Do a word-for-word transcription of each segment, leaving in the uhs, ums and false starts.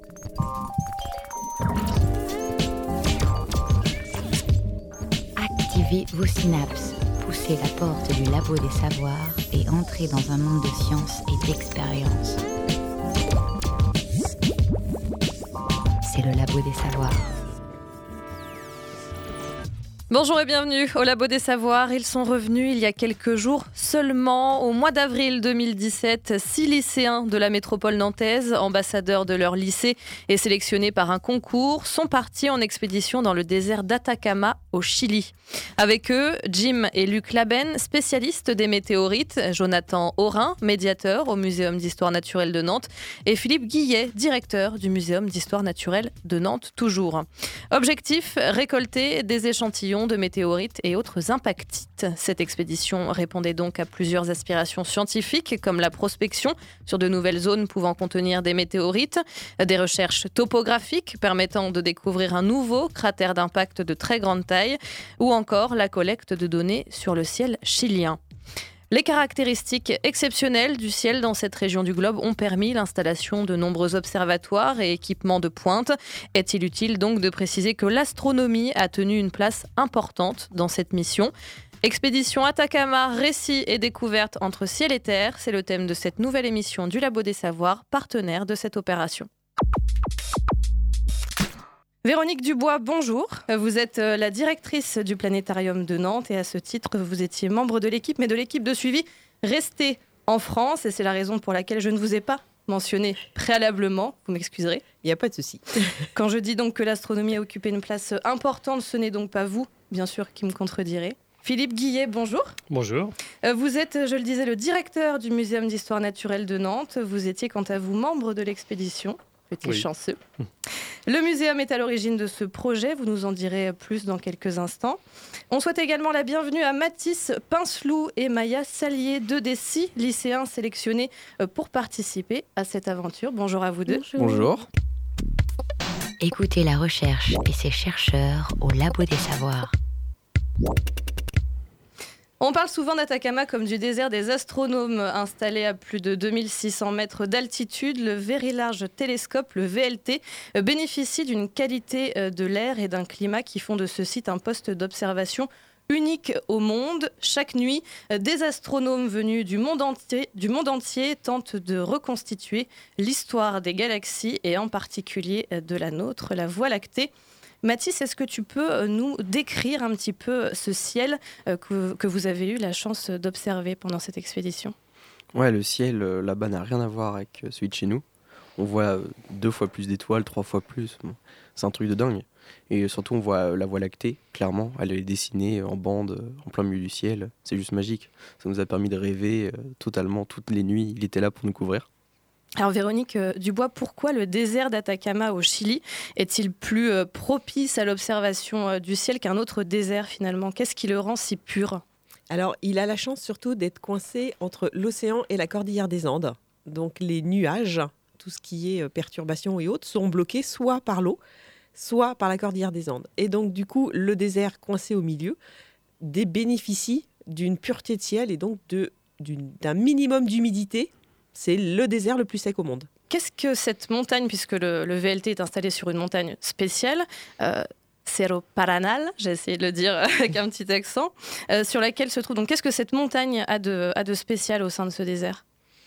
Activez vos synapses, poussez la porte du labo des savoirs et entrez dans un monde de science et d'expérience. C'est le labo des savoirs. Bonjour et bienvenue au Labo des Savoirs. Ils sont revenus il y a quelques jours seulement. Au mois d'avril deux mille dix-sept, six lycéens de la métropole nantaise, ambassadeurs de leur lycée et sélectionnés par un concours, sont partis en expédition dans le désert d'Atacama au Chili. Avec eux, Jim et Luc Laben, spécialistes des météorites, Jonathan Aurin, médiateur au Muséum d'Histoire Naturelle de Nantes, et Philippe Guillet, directeur du Muséum d'Histoire Naturelle de Nantes, toujours. Objectif, récolter des échantillons de météorites et autres impactites. Cette expédition répondait donc à plusieurs aspirations scientifiques, comme la prospection sur de nouvelles zones pouvant contenir des météorites, des recherches topographiques permettant de découvrir un nouveau cratère d'impact de très grande taille, ou encore la collecte de données sur le ciel chilien. Les caractéristiques exceptionnelles du ciel dans cette région du globe ont permis l'installation de nombreux observatoires et équipements de pointe. Est-il utile donc de préciser que l'astronomie a tenu une place importante dans cette mission ? Expédition Atacama, récits et découvertes entre ciel et terre, c'est le thème de cette nouvelle émission du Labo des Savoirs, partenaire de cette opération. Véronique Dubois, bonjour. Vous êtes la directrice du Planétarium de Nantes et à ce titre, vous étiez membre de l'équipe, mais de l'équipe de suivi restée en France. Et c'est la raison pour laquelle je ne vous ai pas mentionné préalablement. Vous m'excuserez. Il n'y a pas de souci. Quand je dis donc que l'astronomie a occupé une place importante, ce n'est donc pas vous, bien sûr, qui me contredirez. Philippe Guillet, bonjour. Bonjour. Vous êtes, je le disais, le directeur du Muséum d'Histoire Naturelle de Nantes. Vous étiez, quant à vous, membre de l'expédition. Petit oui. chanceux. Le muséum est à l'origine de ce projet, vous nous en direz plus dans quelques instants. On souhaite également la bienvenue à Mathis Pincelou et Maya Salier, deux des six lycéens sélectionnés pour participer à cette aventure. Bonjour à vous deux. Bonjour. Bonjour. Écoutez la recherche et ses chercheurs au Labo des Savoirs. On parle souvent d'Atacama comme du désert des astronomes. Installé à plus de deux mille six cents mètres d'altitude, le Very Large Telescope, le V L T, bénéficie d'une qualité de l'air et d'un climat qui font de ce site un poste d'observation unique au monde. Chaque nuit, des astronomes venus du monde entier, du monde entier tentent de reconstituer l'histoire des galaxies et en particulier de la nôtre, la Voie lactée. Mathis, est-ce que tu peux nous décrire un petit peu ce ciel que, que vous avez eu la chance d'observer pendant cette expédition ? Ouais, le ciel euh, là-bas n'a rien à voir avec celui de chez nous. On voit euh, deux fois plus d'étoiles, trois fois plus. Bon, c'est un truc de dingue. Et surtout, on voit euh, la Voie lactée, clairement. Elle est dessinée en bande, euh, en plein milieu du ciel. C'est juste magique. Ça nous a permis de rêver euh, totalement toutes les nuits. Il était là pour nous couvrir. Alors Véronique Dubois, pourquoi le désert d'Atacama au Chili est-il plus propice à l'observation du ciel qu'un autre désert finalement ? Qu'est-ce qui le rend si pur ? Alors, il a la chance surtout d'être coincé entre l'océan et la cordillère des Andes. Donc les nuages, tout ce qui est perturbations et autres, sont bloqués soit par l'eau, soit par la cordillère des Andes. Et donc du coup, le désert coincé au milieu des bénéficie d'une pureté de ciel et donc de, d'une, d'un minimum d'humidité. C'est le désert le plus sec au monde. Qu'est-ce que cette montagne, puisque le, le V L T est installé sur une montagne spéciale, euh, Cerro Paranal, j'ai essayé de le dire avec un petit accent, euh, sur laquelle se trouve. Donc, qu'est-ce que cette montagne a de, a de spécial au sein de ce désert ?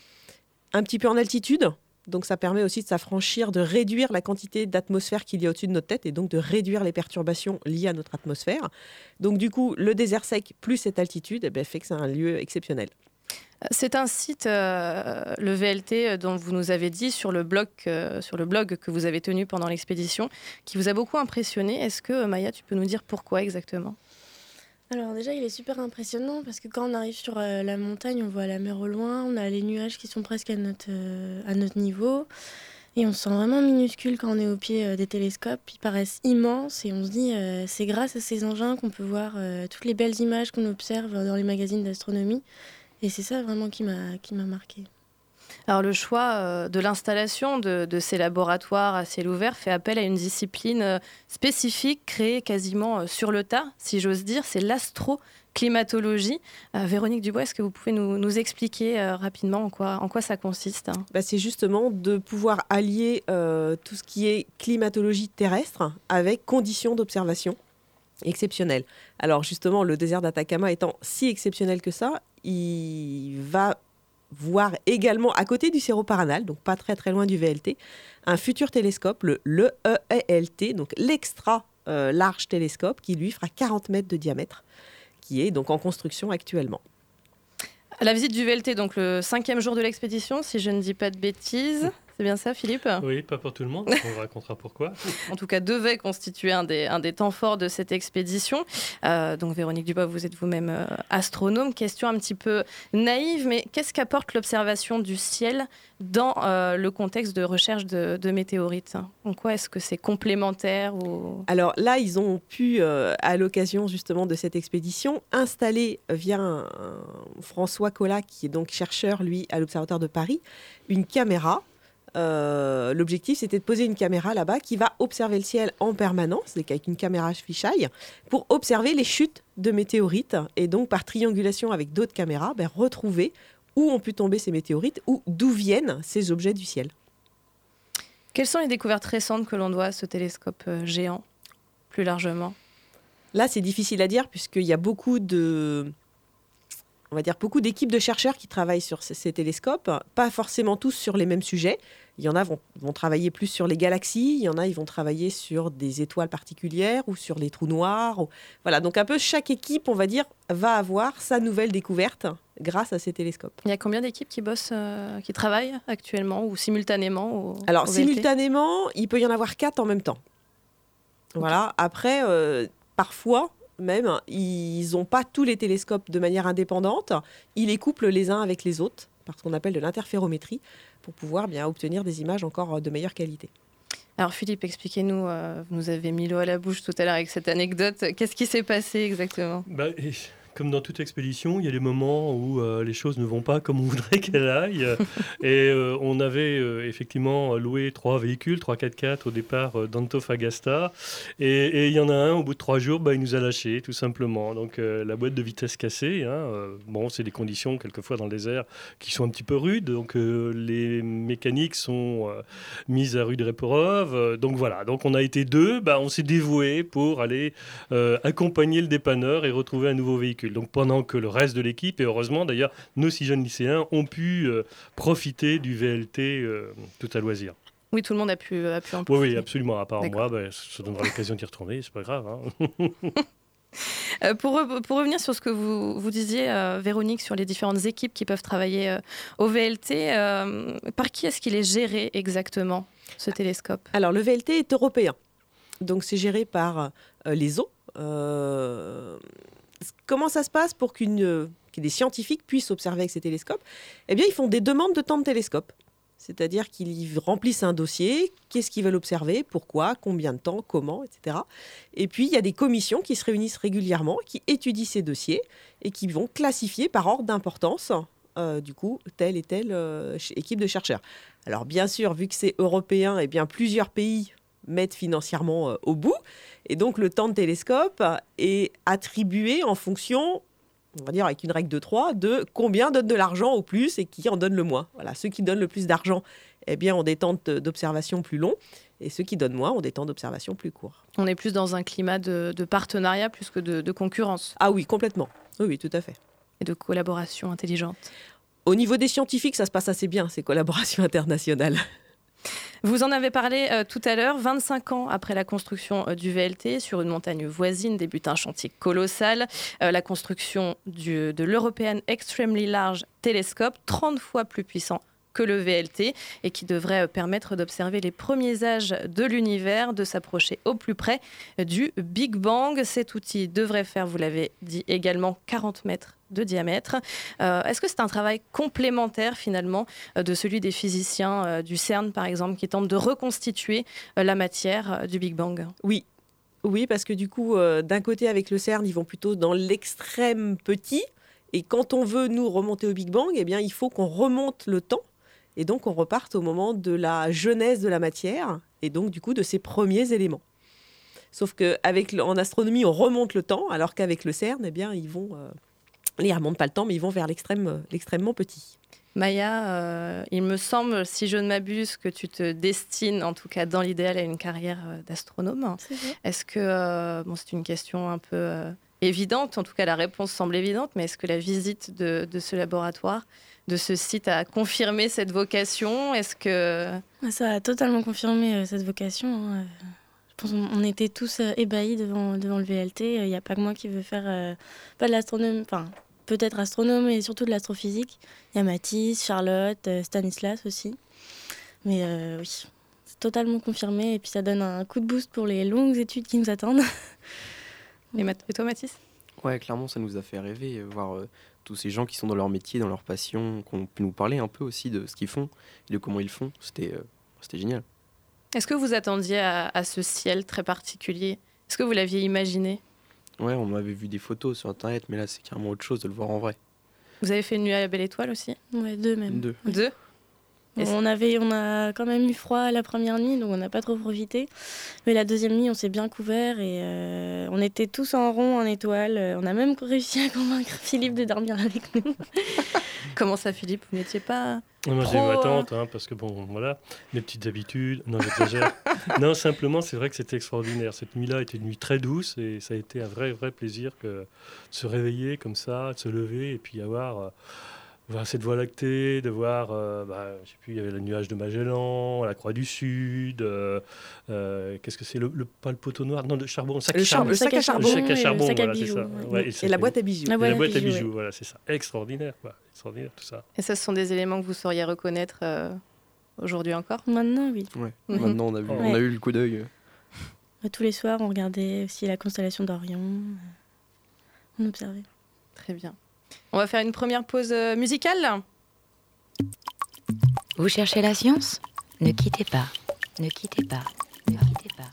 Un petit peu en altitude, donc ça permet aussi de s'affranchir, de réduire la quantité d'atmosphère qu'il y a au-dessus de notre tête et donc de réduire les perturbations liées à notre atmosphère. Donc du coup, le désert sec plus cette altitude eh bien, fait que c'est un lieu exceptionnel. C'est un site, euh, le V L T, dont vous nous avez dit sur le, blog, euh, sur le blog que vous avez tenu pendant l'expédition, qui vous a beaucoup impressionné. Est-ce que, Maya, tu peux nous dire pourquoi exactement ? Alors déjà, il est super impressionnant parce que quand on arrive sur euh, la montagne, on voit la mer au loin, on a les nuages qui sont presque à notre, euh, à notre niveau. Et on se sent vraiment minuscule quand on est au pied euh, des télescopes. Ils paraissent immenses et on se dit euh, c'est grâce à ces engins qu'on peut voir euh, toutes les belles images qu'on observe dans les magazines d'astronomie. Et c'est ça vraiment qui m'a, qui m'a marquée. Alors le choix euh, de l'installation de, de ces laboratoires à ciel ouvert fait appel à une discipline euh, spécifique créée quasiment euh, sur le tas, si j'ose dire, c'est l'astrophysique. climatologie. Euh, Véronique Dubois, est-ce que vous pouvez nous, nous expliquer euh, rapidement en quoi, en quoi ça consiste ? Bah, c'est justement de pouvoir allier euh, tout ce qui est climatologie terrestre avec conditions d'observation exceptionnelles. Alors justement, le désert d'Atacama étant si exceptionnel que ça, il va voir également, à côté du Cerro Paranal, donc pas très très loin du V L T, un futur télescope, le, le E L T, donc l'extra euh, large télescope, qui lui fera quarante mètres de diamètre, qui est donc en construction actuellement. La visite du V L T, donc le cinquième jour de l'expédition, si je ne dis pas de bêtises. C'est bien ça, Philippe ? Oui, pas pour tout le monde, on vous racontera pourquoi. En tout cas, devait constituer un des, un des temps forts de cette expédition. Euh, donc Véronique Dubois, vous êtes vous-même euh, astronome. Question un petit peu naïve, mais qu'est-ce qu'apporte l'observation du ciel dans euh, le contexte de recherche de, de météorites ? En quoi est-ce que c'est complémentaire ou... Alors là, ils ont pu, euh, à l'occasion justement de cette expédition, installer via un, un François Collat, qui est donc chercheur, lui, à l'Observatoire de Paris, une caméra. Euh, l'objectif, c'était de poser une caméra là-bas qui va observer le ciel en permanence, donc avec une caméra fisheye, pour observer les chutes de météorites et donc par triangulation avec d'autres caméras, ben, retrouver où ont pu tomber ces météorites ou d'où viennent ces objets du ciel. Quelles sont les découvertes récentes que l'on doit à ce télescope euh, géant, plus largement ? Là, c'est difficile à dire puisqu'il y a beaucoup de... on va dire beaucoup d'équipes de chercheurs qui travaillent sur ces, ces télescopes, pas forcément tous sur les mêmes sujets. Il y en a vont, vont travailler plus sur les galaxies, il y en a ils vont travailler sur des étoiles particulières ou sur les trous noirs. Ou... Voilà, donc un peu chaque équipe, on va dire, va avoir sa nouvelle découverte grâce à ces télescopes. Il y a combien d'équipes qui bossent, euh, qui travaillent actuellement ou simultanément au, Alors au V L T ? simultanément, il peut y en avoir quatre en même temps. Voilà. Après, euh, parfois. Même, ils n'ont pas tous les télescopes de manière indépendante. Ils les couplent les uns avec les autres, par ce qu'on appelle de l'interférométrie, pour pouvoir bien obtenir des images encore de meilleure qualité. Alors Philippe, expliquez-nous, euh, vous nous avez mis l'eau à la bouche tout à l'heure avec cette anecdote. Qu'est-ce qui s'est passé exactement ? Bah, et, comme dans toute expédition, il y a des moments où euh, les choses ne vont pas comme on voudrait qu'elles aillent. Et euh, on avait euh, effectivement loué trois véhicules, trois quatre-quatre au départ euh, d'Antofagasta. Et il y en a un, au bout de trois jours, bah, il nous a lâchés, tout simplement. Donc euh, la boîte de vitesse cassée. Hein, euh, bon, c'est des conditions, quelquefois, dans le désert qui sont un petit peu rudes. Donc euh, les mécaniques sont euh, mises à rude épreuve. Euh, donc voilà, donc on a été deux. Bah, on s'est dévoués pour aller euh, accompagner le dépanneur et retrouver un nouveau véhicule. Donc pendant que le reste de l'équipe, et heureusement d'ailleurs, nos six jeunes lycéens ont pu euh, profiter du V L T euh, tout à loisir. Oui, tout le monde a pu, a pu en profiter. Oui, oui, absolument. À part D'accord. moi, bah, ça donnera l'occasion d'y retourner, c'est pas grave. Hein. euh, pour, re- pour revenir sur ce que vous, vous disiez, euh, Véronique, sur les différentes équipes qui peuvent travailler euh, au V L T, euh, par qui est-ce qu'il est géré exactement, ce télescope ? Alors, le V L T est européen. Donc, c'est géré par euh, l'E S O. Euh, comment ça se passe pour qu'une, euh, que des scientifiques puissent observer avec ces télescopes ? Eh bien, ils font des demandes de temps de télescope. C'est-à-dire qu'ils remplissent un dossier, qu'est-ce qu'ils veulent observer, pourquoi, combien de temps, comment, et cetera. Et puis, il y a des commissions qui se réunissent régulièrement, qui étudient ces dossiers et qui vont classifier par ordre d'importance, euh, du coup, telle et telle euh, équipe de chercheurs. Alors, bien sûr, vu que c'est européen, eh bien, plusieurs pays mettent financièrement euh, au bout. Et donc, le temps de télescope est attribué en fonction, on va dire avec une règle de trois, de combien donne de l'argent au plus et qui en donne le moins. Voilà, ceux qui donnent le plus d'argent, eh bien, ont des temps d'observation plus longs, et ceux qui donnent moins ont des temps d'observation plus courts. On est plus dans un climat de, de partenariat plus que de, de concurrence. Ah oui, complètement. Oui, oui, tout à fait. Et de collaboration intelligente. Au niveau des scientifiques, ça se passe assez bien, ces collaborations internationales. Vous en avez parlé euh, tout à l'heure, vingt-cinq ans après la construction euh, du V L T, sur une montagne voisine débute un chantier colossal, euh, la construction du, de l'European Extremely Large Telescope, trente fois plus puissant que le V L T et qui devrait permettre d'observer les premiers âges de l'univers, de s'approcher au plus près du Big Bang. Cet outil devrait faire, vous l'avez dit également, quarante mètres de diamètre. Euh, est-ce que c'est un travail complémentaire finalement de celui des physiciens euh, du CERN par exemple qui tentent de reconstituer euh, la matière euh, du Big Bang ? Oui. Oui, parce que du coup, euh, d'un côté avec le CERN, ils vont plutôt dans l'extrême petit. Et quand on veut nous remonter au Big Bang, eh bien, il faut qu'on remonte le temps. Et donc, on reparte au moment de la genèse de la matière et donc, du coup, de ses premiers éléments. Sauf qu'en astronomie, on remonte le temps, alors qu'avec le CERN, eh bien, ils vont, euh, ils ne remontent pas le temps, mais ils vont vers l'extrême, l'extrêmement petit. Maya, euh, il me semble, si je ne m'abuse, que tu te destines, en tout cas dans l'idéal, à une carrière euh, d'astronome. C'est vrai. Est-ce que, euh, bon, c'est une question un peu euh, évidente, en tout cas la réponse semble évidente, mais est-ce que la visite de, de ce laboratoire, de ce site, a confirmé cette vocation ? Est-ce que... Ça a totalement confirmé euh, cette vocation. Hein. Je pense qu'on on était tous euh, ébahis devant, devant le V L T. Il n'y a pas que moi qui veux faire euh, pas de l'astronomie, enfin peut-être astronome, mais surtout de l'astrophysique. Il y a Mathis, Charlotte, euh, Stanislas aussi. Mais euh, oui, c'est totalement confirmé. Et puis ça donne un coup de boost pour les longues études qui nous attendent. Et, Math- et toi, Mathis ? Ouais, clairement, ça nous a fait rêver, euh, voir euh, tous ces gens qui sont dans leur métier, dans leur passion, qu'on peut nous parler un peu aussi de ce qu'ils font et de comment ils font. C'était, euh, c'était génial. Est-ce que vous attendiez à, à ce ciel très particulier ? Est-ce que vous l'aviez imaginé ? Ouais, on avait vu des photos sur Internet, mais là, c'est carrément autre chose de le voir en vrai. Vous avez fait une nuit à la Belle Étoile aussi ? Ouais, deux même. Deux. Deux ? Bon, on, avait, on a quand même eu froid la première nuit, donc on n'a pas trop profité. Mais la deuxième nuit, on s'est bien couvert et euh, on était tous en rond, en étoile. On a même réussi à convaincre Philippe de dormir avec nous. Comment ça, Philippe ? Vous n'étiez pas... Moi, j'ai Trop, eu attente, hein, parce que bon, voilà, mes petites habitudes. Non, j'exagère. Non, simplement, c'est vrai que c'était extraordinaire. Cette nuit-là était une nuit très douce et ça a été un vrai, vrai plaisir que de se réveiller comme ça, de se lever et puis avoir, euh, voir cette voie lactée, de voir, euh, bah, je sais plus, il y avait le nuage de Magellan, la Croix du Sud. Euh, euh, qu'est-ce que c'est le, le pas le poteau noir, non, le charbon, le sac, Le, charbon, le sac à charbon. le sac à et le charbon, sac à voilà, c'est bijoux, ça. ouais. Ouais, Et sac la à- boîte à bijoux. La et boîte la à boîte à bijoux, bijoux, ouais. voilà, c'est ça. Extraordinaire, quoi. Extraordinaire, tout ça. Et ça, ce sont des éléments que vous sauriez reconnaître euh, aujourd'hui encore ? Maintenant, oui. Ouais. Mhm. Maintenant, on a, vu, Ouais. on a eu le coup d'œil. euh. Bah, tous les soirs, on regardait aussi la constellation d'Orion. euh, On observait. Très bien. On va faire une première pause euh, musicale. Vous cherchez la science ? Ne quittez pas, ne skittez pas, ne quittez pas.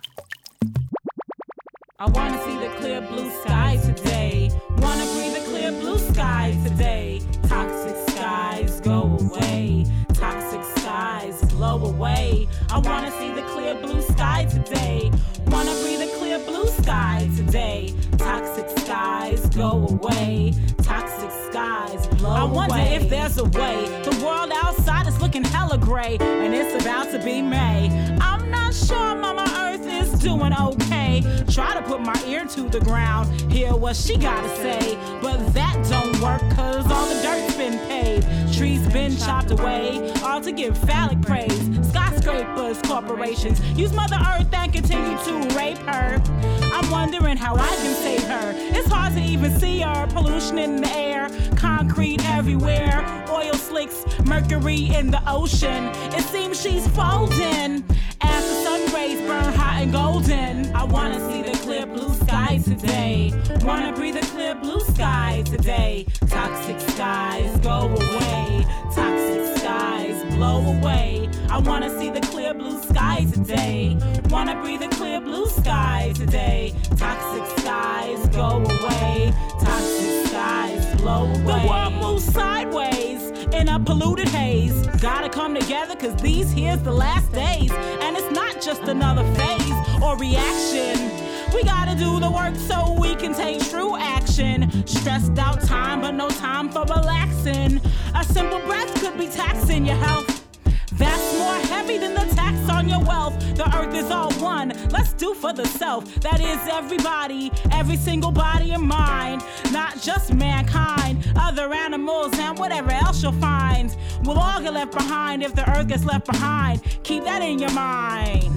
I wanna see the clear blue sky today. Wanna breathe the clear blue sky today. Toxic skies go away. Toxic skies blow away. I wanna see the clear blue sky today. Wanna breathe the clear blue sky today. Toxic skies go away. Toxic skies blow away. I wonder away. If there's a way. The world outside is looking hella gray, and it's about to be May. I'm not sure Mama Earth is doing okay. Try to put my ear to the ground, hear what she gotta say, but that don't work cause all the dirt's been paved. Trees been chopped away, all to give phallic praise. Skyscrapers, corporations, use Mother Earth and continue to rape her. I'm wondering how I can save her. It's hard to even see her. Pollution in the air, concrete everywhere, oil slicks, mercury in the ocean. It seems she's folding as the sun rays burn hot and golden. I wanna see the clear blue sky today. Wanna breathe the clear blue sky today. Toxic skies go away. Toxic skies blow away. I wanna see the clear blue sky today. Wanna breathe the clear blue sky today. Toxic skies go away. Toxic skies blow away. The world moves sideways in a polluted haze. Gotta come together cause these here's the last days. And it's not just another phase or reaction. We gotta do the work so we can take true action. Stressed out time, but no time for relaxing. A simple breath could be taxing your health. That's more heavy than the tax on your wealth. The earth is all one. Let's do for the self. That is everybody, every single body and mind. Not just mankind, other animals and whatever else you'll find. We'll all get left behind if the earth gets left behind. Keep that in your mind.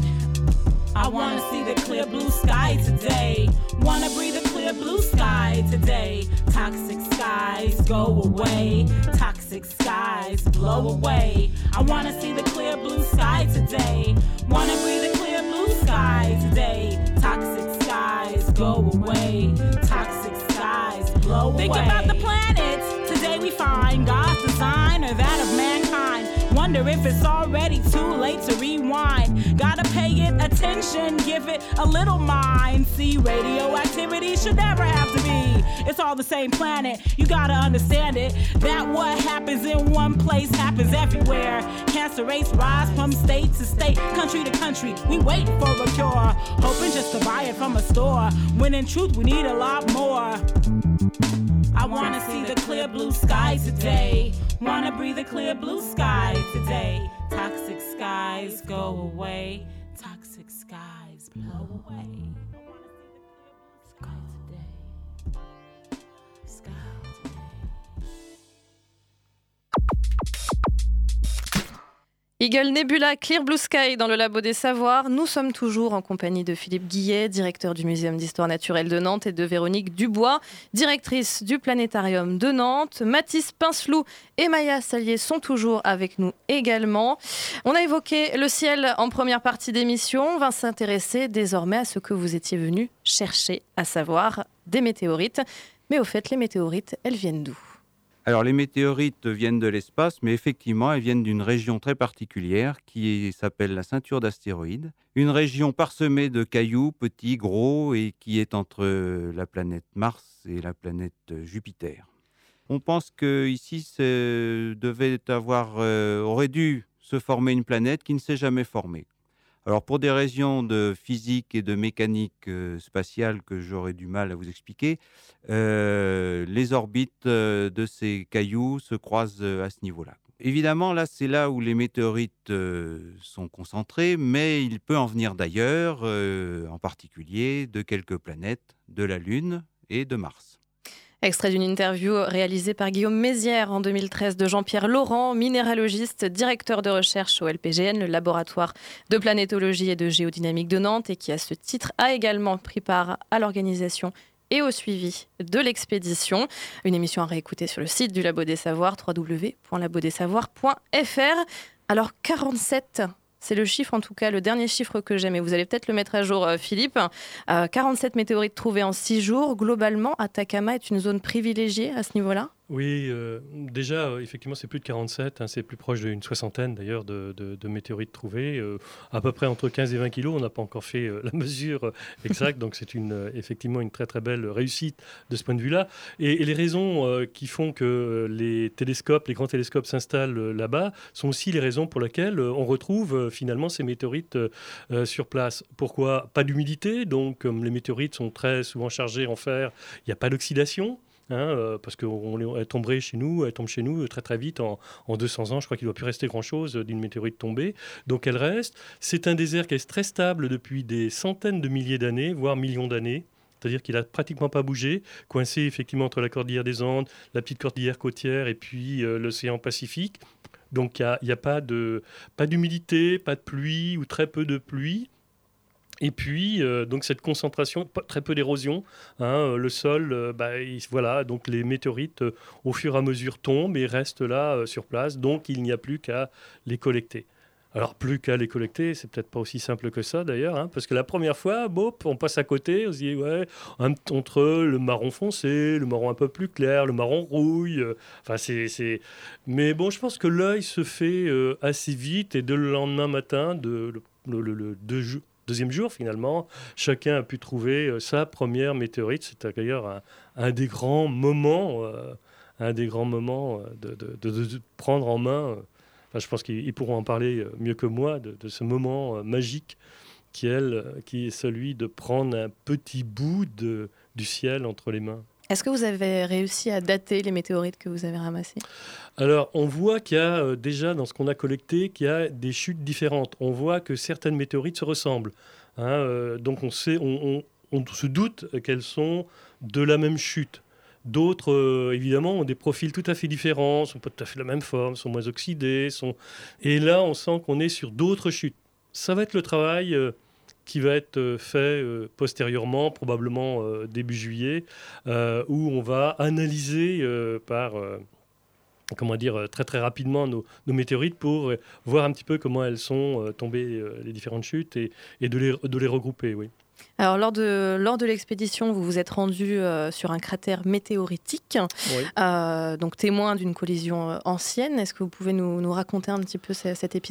I wanna see the clear blue sky today. Wanna breathe the clear blue sky today. Toxic skies go away. Toxic skies blow away. I wanna see the clear blue sky today. Wanna breathe the clear blue sky today. Toxic skies go away. Toxic skies blow away. Think about the planets. Today we find God's design or that of mankind. Wonder if it's already too late to rewind. Gotta pay pay it attention, give it a little mind. See, radioactivity should never have to be. It's all the same planet, you gotta understand it. That what happens in one place happens everywhere. Cancer rates rise from state to state, country to country. We wait for a cure, hoping just to buy it from a store. When in truth we need a lot more. I wanna see the clear blue sky today. Wanna breathe the clear blue sky today. Toxic skies go away. Toxic skies blow away. Sky today. Sky today. Eagle Nebula Clear Blue Sky dans le Labo des Savoirs. Nous sommes toujours en compagnie de Philippe Guillet, directeur du Muséum d'Histoire Naturelle de Nantes, et de Véronique Dubois, directrice du Planétarium de Nantes. Mathis Pincelou et Maya Salier sont toujours avec nous également. On a évoqué le ciel en première partie d'émission. On va s'intéresser désormais à ce que vous étiez venus chercher, à savoir des météorites. Mais au fait, les météorites, elles viennent d'où ? Alors les météorites viennent de l'espace, mais effectivement elles viennent d'une région très particulière qui s'appelle la ceinture d'astéroïdes. Une région parsemée de cailloux, petits, gros, et qui est entre la planète Mars et la planète Jupiter. On pense qu'ici devait avoir, euh, aurait dû se former une planète qui ne s'est jamais formée. Alors pour des raisons de physique et de mécanique euh, spatiale que j'aurais du mal à vous expliquer, euh, les orbites euh, de ces cailloux se croisent euh, à ce niveau-là. Évidemment, là, c'est là où les météorites euh, sont concentrées, mais il peut en venir d'ailleurs, euh, en particulier de quelques planètes, de la Lune et de Mars. Extrait d'une interview réalisée par Guillaume Mézières en deux mille treize de Jean-Pierre Laurent, minéralogiste, directeur de recherche au L P G N, le laboratoire de planétologie et de géodynamique de Nantes, et qui, à ce titre, a également pris part à l'organisation et au suivi de l'expédition. Une émission à réécouter sur le site du Labo des Savoirs, w w w point labo des savoirs point f r. Alors, quarante-sept... c'est le chiffre, en tout cas, le dernier chiffre que j'ai, mais vous allez peut-être le mettre à jour, Philippe. Euh, quarante-sept météorites trouvées en six jours. Globalement, Atacama est une zone privilégiée à ce niveau-là ? Oui, euh, déjà, euh, effectivement, c'est plus de quarante-sept, hein, c'est plus proche d'une soixantaine d'ailleurs de, de, de météorites trouvées, euh, à peu près entre quinze et vingt kilos, on n'a pas encore fait euh, la mesure euh, exacte, donc c'est une, euh, effectivement une très très belle réussite de ce point de vue-là. Et, et les raisons euh, qui font que les télescopes, les grands télescopes s'installent euh, là-bas, sont aussi les raisons pour lesquelles euh, on retrouve euh, finalement ces météorites euh, euh, sur place. Pourquoi ? Pas d'humidité, donc comme les météorites sont très souvent chargées en fer, il n'y a pas d'oxydation. Hein, euh, parce qu'elle tomberait chez nous, elle tombe chez nous très très vite en, en deux cents ans. Je crois qu'il ne doit plus rester grand-chose d'une météorite tombée. Donc elle reste. C'est un désert qui est très stable depuis des centaines de milliers d'années, voire millions d'années. C'est-à-dire qu'il n'a pratiquement pas bougé, coincé effectivement entre la cordillère des Andes, la petite cordillère côtière et puis euh, l'océan Pacifique. Donc il n'y a, a pas, de, pas d'humidité, pas de pluie ou très peu de pluie. Et puis, euh, donc cette concentration, très peu d'érosion, hein, le sol, euh, bah, il, voilà, donc les météorites, euh, au fur et à mesure, tombent et restent là, euh, sur place, donc il n'y a plus qu'à les collecter. Alors, plus qu'à les collecter, c'est peut-être pas aussi simple que ça, d'ailleurs, hein, parce que la première fois, bon, on passe à côté, on se dit, ouais, entre le marron foncé, le marron un peu plus clair, le marron rouille, euh, enfin, c'est, c'est... Mais bon, je pense que l'œil se fait euh, assez vite, et dès le lendemain matin, de, le, le, le deux jours, deuxième jour, finalement, chacun a pu trouver euh, sa première météorite. C'est d'ailleurs un, un des grands moments, euh, un des grands moments euh, de, de, de, de prendre en main. Euh, enfin, je pense qu'ils pourront en parler mieux que moi de, de ce moment euh, magique qui, elle, qui est celui de prendre un petit bout de, du ciel entre les mains. Est-ce que vous avez réussi à dater les météorites que vous avez ramassées ? Alors, on voit qu'il y a euh, déjà, dans ce qu'on a collecté, qu'il y a des chutes différentes. On voit que certaines météorites se ressemblent. Hein, euh, donc, on, sait, on, on, on se doute qu'elles sont de la même chute. D'autres, euh, évidemment, ont des profils tout à fait différents, ne sont pas tout à fait de la même forme, sont moins oxydées. Sont... Et là, on sent qu'on est sur d'autres chutes. Ça va être le travail... Euh, qui va être fait euh, postérieurement, probablement euh, début juillet, euh, où on va analyser euh, par, euh, comment dire, très très rapidement nos, nos météorites pour euh, voir un petit peu comment elles sont euh, tombées, euh, les différentes chutes, et, et de, les, de les regrouper, oui. Alors, lors de, lors de l'expédition, vous vous êtes rendu euh, sur un cratère météoritique, oui. euh, donc témoin d'une collision euh, ancienne. Est-ce que vous pouvez nous, nous raconter un petit peu c- cet épisode ?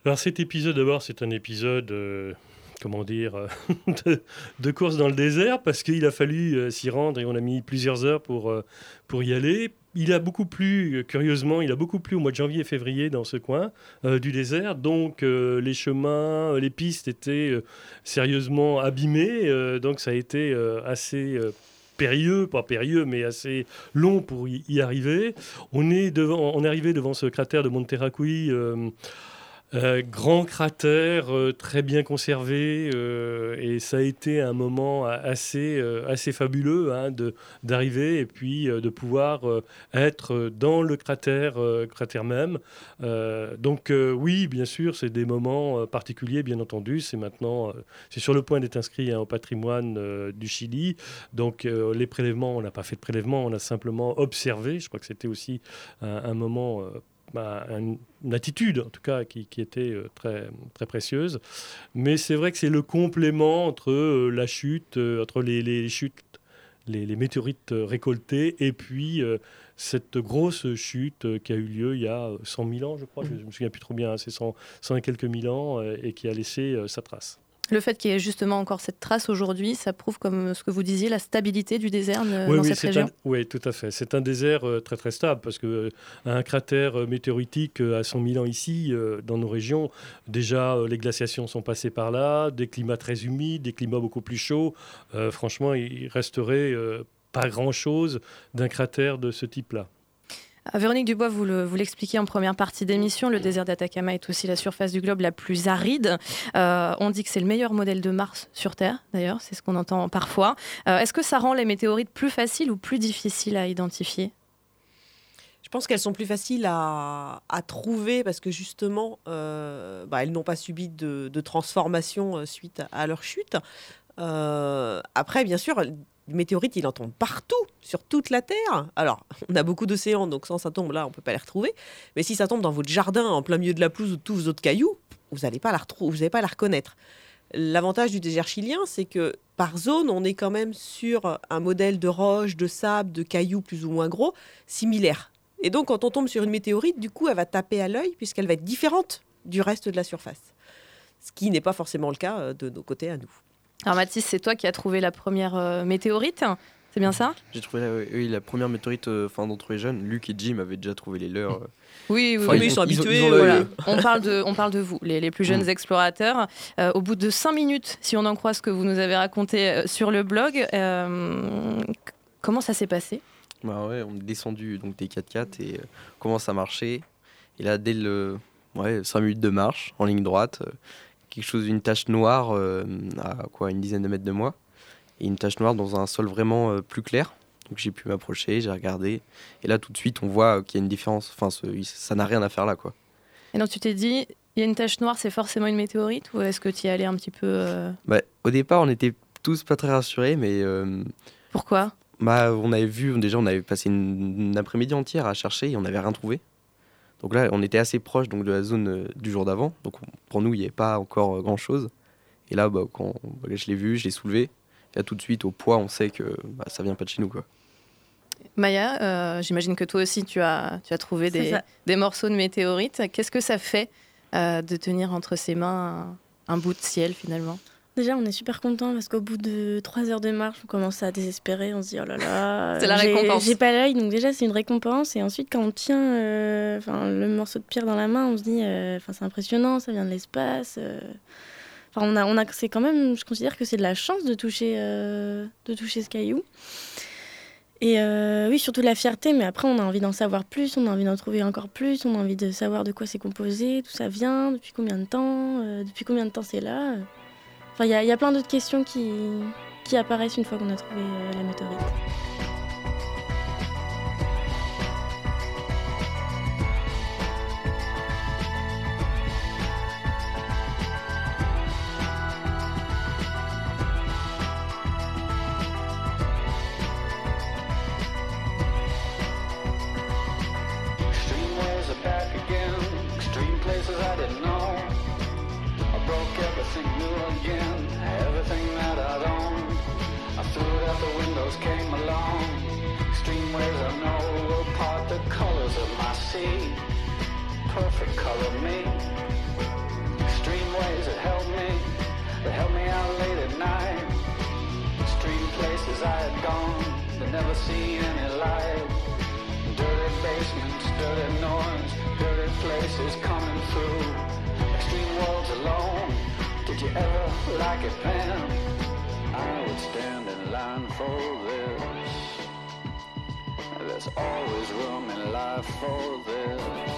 Alors cet épisode, d'abord, c'est un épisode, euh, comment dire, euh, de, de course dans le désert, parce qu'il a fallu euh, s'y rendre et on a mis plusieurs heures pour, euh, pour y aller. Il a beaucoup plu, euh, curieusement, il a beaucoup plu au mois de janvier et février dans ce coin euh, du désert. Donc euh, les chemins, euh, les pistes étaient euh, sérieusement abîmées. Euh, donc ça a été euh, assez... Euh, périlleux, pas périlleux, mais assez long pour y, y arriver. On est, devant, on est arrivé devant ce cratère de Monte Terracui, euh, euh, grand cratère, euh, très bien conservé, euh, et ça a été un moment assez, euh, assez fabuleux hein, de, d'arriver et puis euh, de pouvoir euh, être dans le cratère, euh, cratère même. Euh, donc euh, oui, bien sûr, c'est des moments euh, particuliers, bien entendu. C'est maintenant, euh, c'est sur le point d'être inscrit hein, au patrimoine euh, du Chili. Donc euh, les prélèvements, on n'a pas fait de prélèvements, on a simplement observé. Je crois que c'était aussi un, un moment... Euh, Bah, une, une attitude en tout cas qui, qui était euh, très, très précieuse, mais c'est vrai que c'est le complément entre euh, la chute, euh, entre les, les chutes, les, les météorites euh, récoltées et puis euh, cette grosse chute euh, qui a eu lieu il y a cent mille ans je crois, je ne me souviens plus trop bien, hein, c'est cent, cent et quelques mille ans euh, et qui a laissé euh, sa trace. Le fait qu'il y ait justement encore cette trace aujourd'hui, ça prouve, comme ce que vous disiez, la stabilité du désert euh, oui, dans oui, cette c'est région. Un, oui, tout à fait. C'est un désert euh, très très stable parce que euh, un cratère euh, météoritique euh, à cent mille ans ici, euh, dans nos régions, déjà euh, les glaciations sont passées par là, des climats très humides, des climats beaucoup plus chauds. Euh, franchement, il resterait euh, pas grand-chose d'un cratère de ce type-là. Véronique Dubois, vous, le, vous l'expliquiez en première partie d'émission, le désert d'Atacama est aussi la surface du globe la plus aride. Euh, on dit que c'est le meilleur modèle de Mars sur Terre, d'ailleurs, c'est ce qu'on entend parfois. Euh, est-ce que ça rend les météorites plus faciles ou plus difficiles à identifier ? Je pense qu'elles sont plus faciles à, à trouver parce que justement, euh, bah, elles n'ont pas subi de, de transformation suite à, à leur chute. Euh, après, bien sûr... Les météorites, il en tombe partout, sur toute la Terre. Alors, on a beaucoup d'océans, donc quand ça tombe là, on ne peut pas les retrouver. Mais si ça tombe dans votre jardin, en plein milieu de la pelouse ou de tous vos autres cailloux, vous n'allez pas la retrouver, vous n'allez pas la reconnaître. L'avantage du désert chilien, c'est que par zone, on est quand même sur un modèle de roche, de sable, de cailloux plus ou moins gros, similaire. Et donc, quand on tombe sur une météorite, du coup, elle va taper à l'œil puisqu'elle va être différente du reste de la surface. Ce qui n'est pas forcément le cas de nos côtés à nous. Alors Mathis, c'est toi qui as trouvé la première euh, météorite, c'est bien ça ? J'ai trouvé la, oui, la première météorite euh, d'entre les jeunes. Luc et Jim avaient déjà trouvé les leurs. Euh. Oui, oui, enfin, oui. Ils, ils sont habitués. Ils ont, ils ont voilà. on, parle de, on parle de vous, les, les plus jeunes mmh. explorateurs. Euh, au bout de cinq minutes, si on en croit ce que vous nous avez raconté euh, sur le blog, euh, comment ça s'est passé ? Bah ouais, on est descendu donc, des quatre-quatre et euh, comment ça marchait. Et là, dès le, ouais, cinq minutes de marche, en ligne droite, euh, quelque chose, une tache noire euh, à quoi, une dizaine de mètres de moi, et une tache noire dans un sol vraiment euh, plus clair. Donc j'ai pu m'approcher, j'ai regardé, et là tout de suite on voit qu'il y a une différence. Enfin, ce, ça n'a rien à faire là, quoi. Et donc tu t'es dit, il y a une tache noire, c'est forcément une météorite, ou est-ce que tu y allais un petit peu euh... bah, au départ, on était tous pas très rassurés, mais euh, pourquoi ? Bah, on avait vu, déjà on avait passé une, une après-midi entière à chercher et on n'avait rien trouvé. Donc là, on était assez proche donc, de la zone euh, du jour d'avant. Donc on, pour nous, il n'y avait pas encore euh, grand-chose. Et là, bah, quand bah, je l'ai vu, je l'ai soulevé. Et là, tout de suite, au poids, on sait que bah, ça ne vient pas de chez nous, quoi. Maya, euh, j'imagine que toi aussi, tu as, tu as trouvé des, des morceaux de météorites. Qu'est-ce que ça fait euh, de tenir entre ses mains un, un bout de ciel, finalement ? Déjà, on est super content parce qu'au bout de trois heures de marche, on commence à désespérer. On se dit, oh là là, c'est la j'ai, récompense. J'ai pas l'œil, donc déjà, c'est une récompense. Et ensuite, quand on tient euh, le morceau de pierre dans la main, on se dit, euh, c'est impressionnant, ça vient de l'espace. Euh... Enfin, on a, on a, c'est quand même, je considère que c'est de la chance de toucher, euh, de toucher ce caillou. Et euh, oui, surtout la fierté, mais après, on a envie d'en savoir plus, on a envie d'en trouver encore plus, on a envie de savoir de quoi c'est composé, d'où ça vient, depuis combien de temps, euh, depuis combien de temps c'est là. Enfin, il y, y a plein d'autres questions qui, qui apparaissent une fois qu'on a trouvé euh, la météorite. Perfect color me. ways that helped me, that helped me out late at night. Street places I had gone, but never seen any light. Dirty basements, dirty noise, dirty places coming through. Extreme worlds alone, did you ever like it, Pam? I would stand in line for this. There's always room in life for this.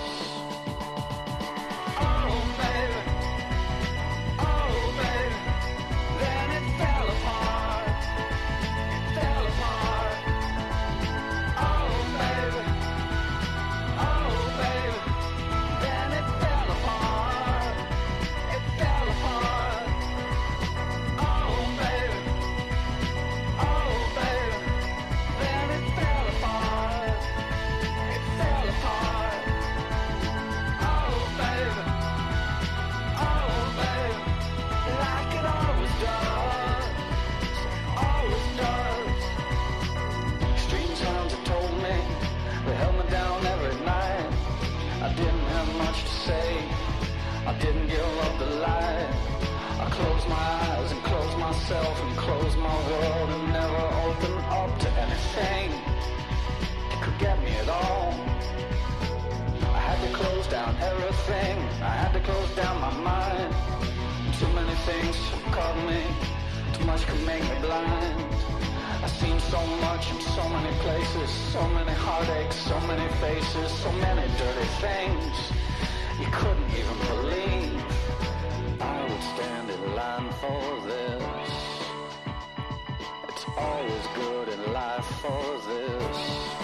Oh, baby. Oh, baby. Then it fell apart. It fell apart. Oh, baby. Oh, baby. Then it fell apart. It fell apart. Oh, baby. Oh, baby. Then it fell apart. It fell apart. Oh, baby. Oh, baby. Like it always does. Always does. Strange sounds have told me. They held me down every night. I didn't have much to say. I didn't give up the light. I closed my eyes and closed myself and closed my world and never opened up to anything that could get me at all. I had to close down everything. I had to close down my mind. Too many things caught me. Too much could make me blind. I've seen so much in so many places. So many heartaches, so many faces, so many dirty things you couldn't even believe. I would stand in line for this. It's always good in life for this.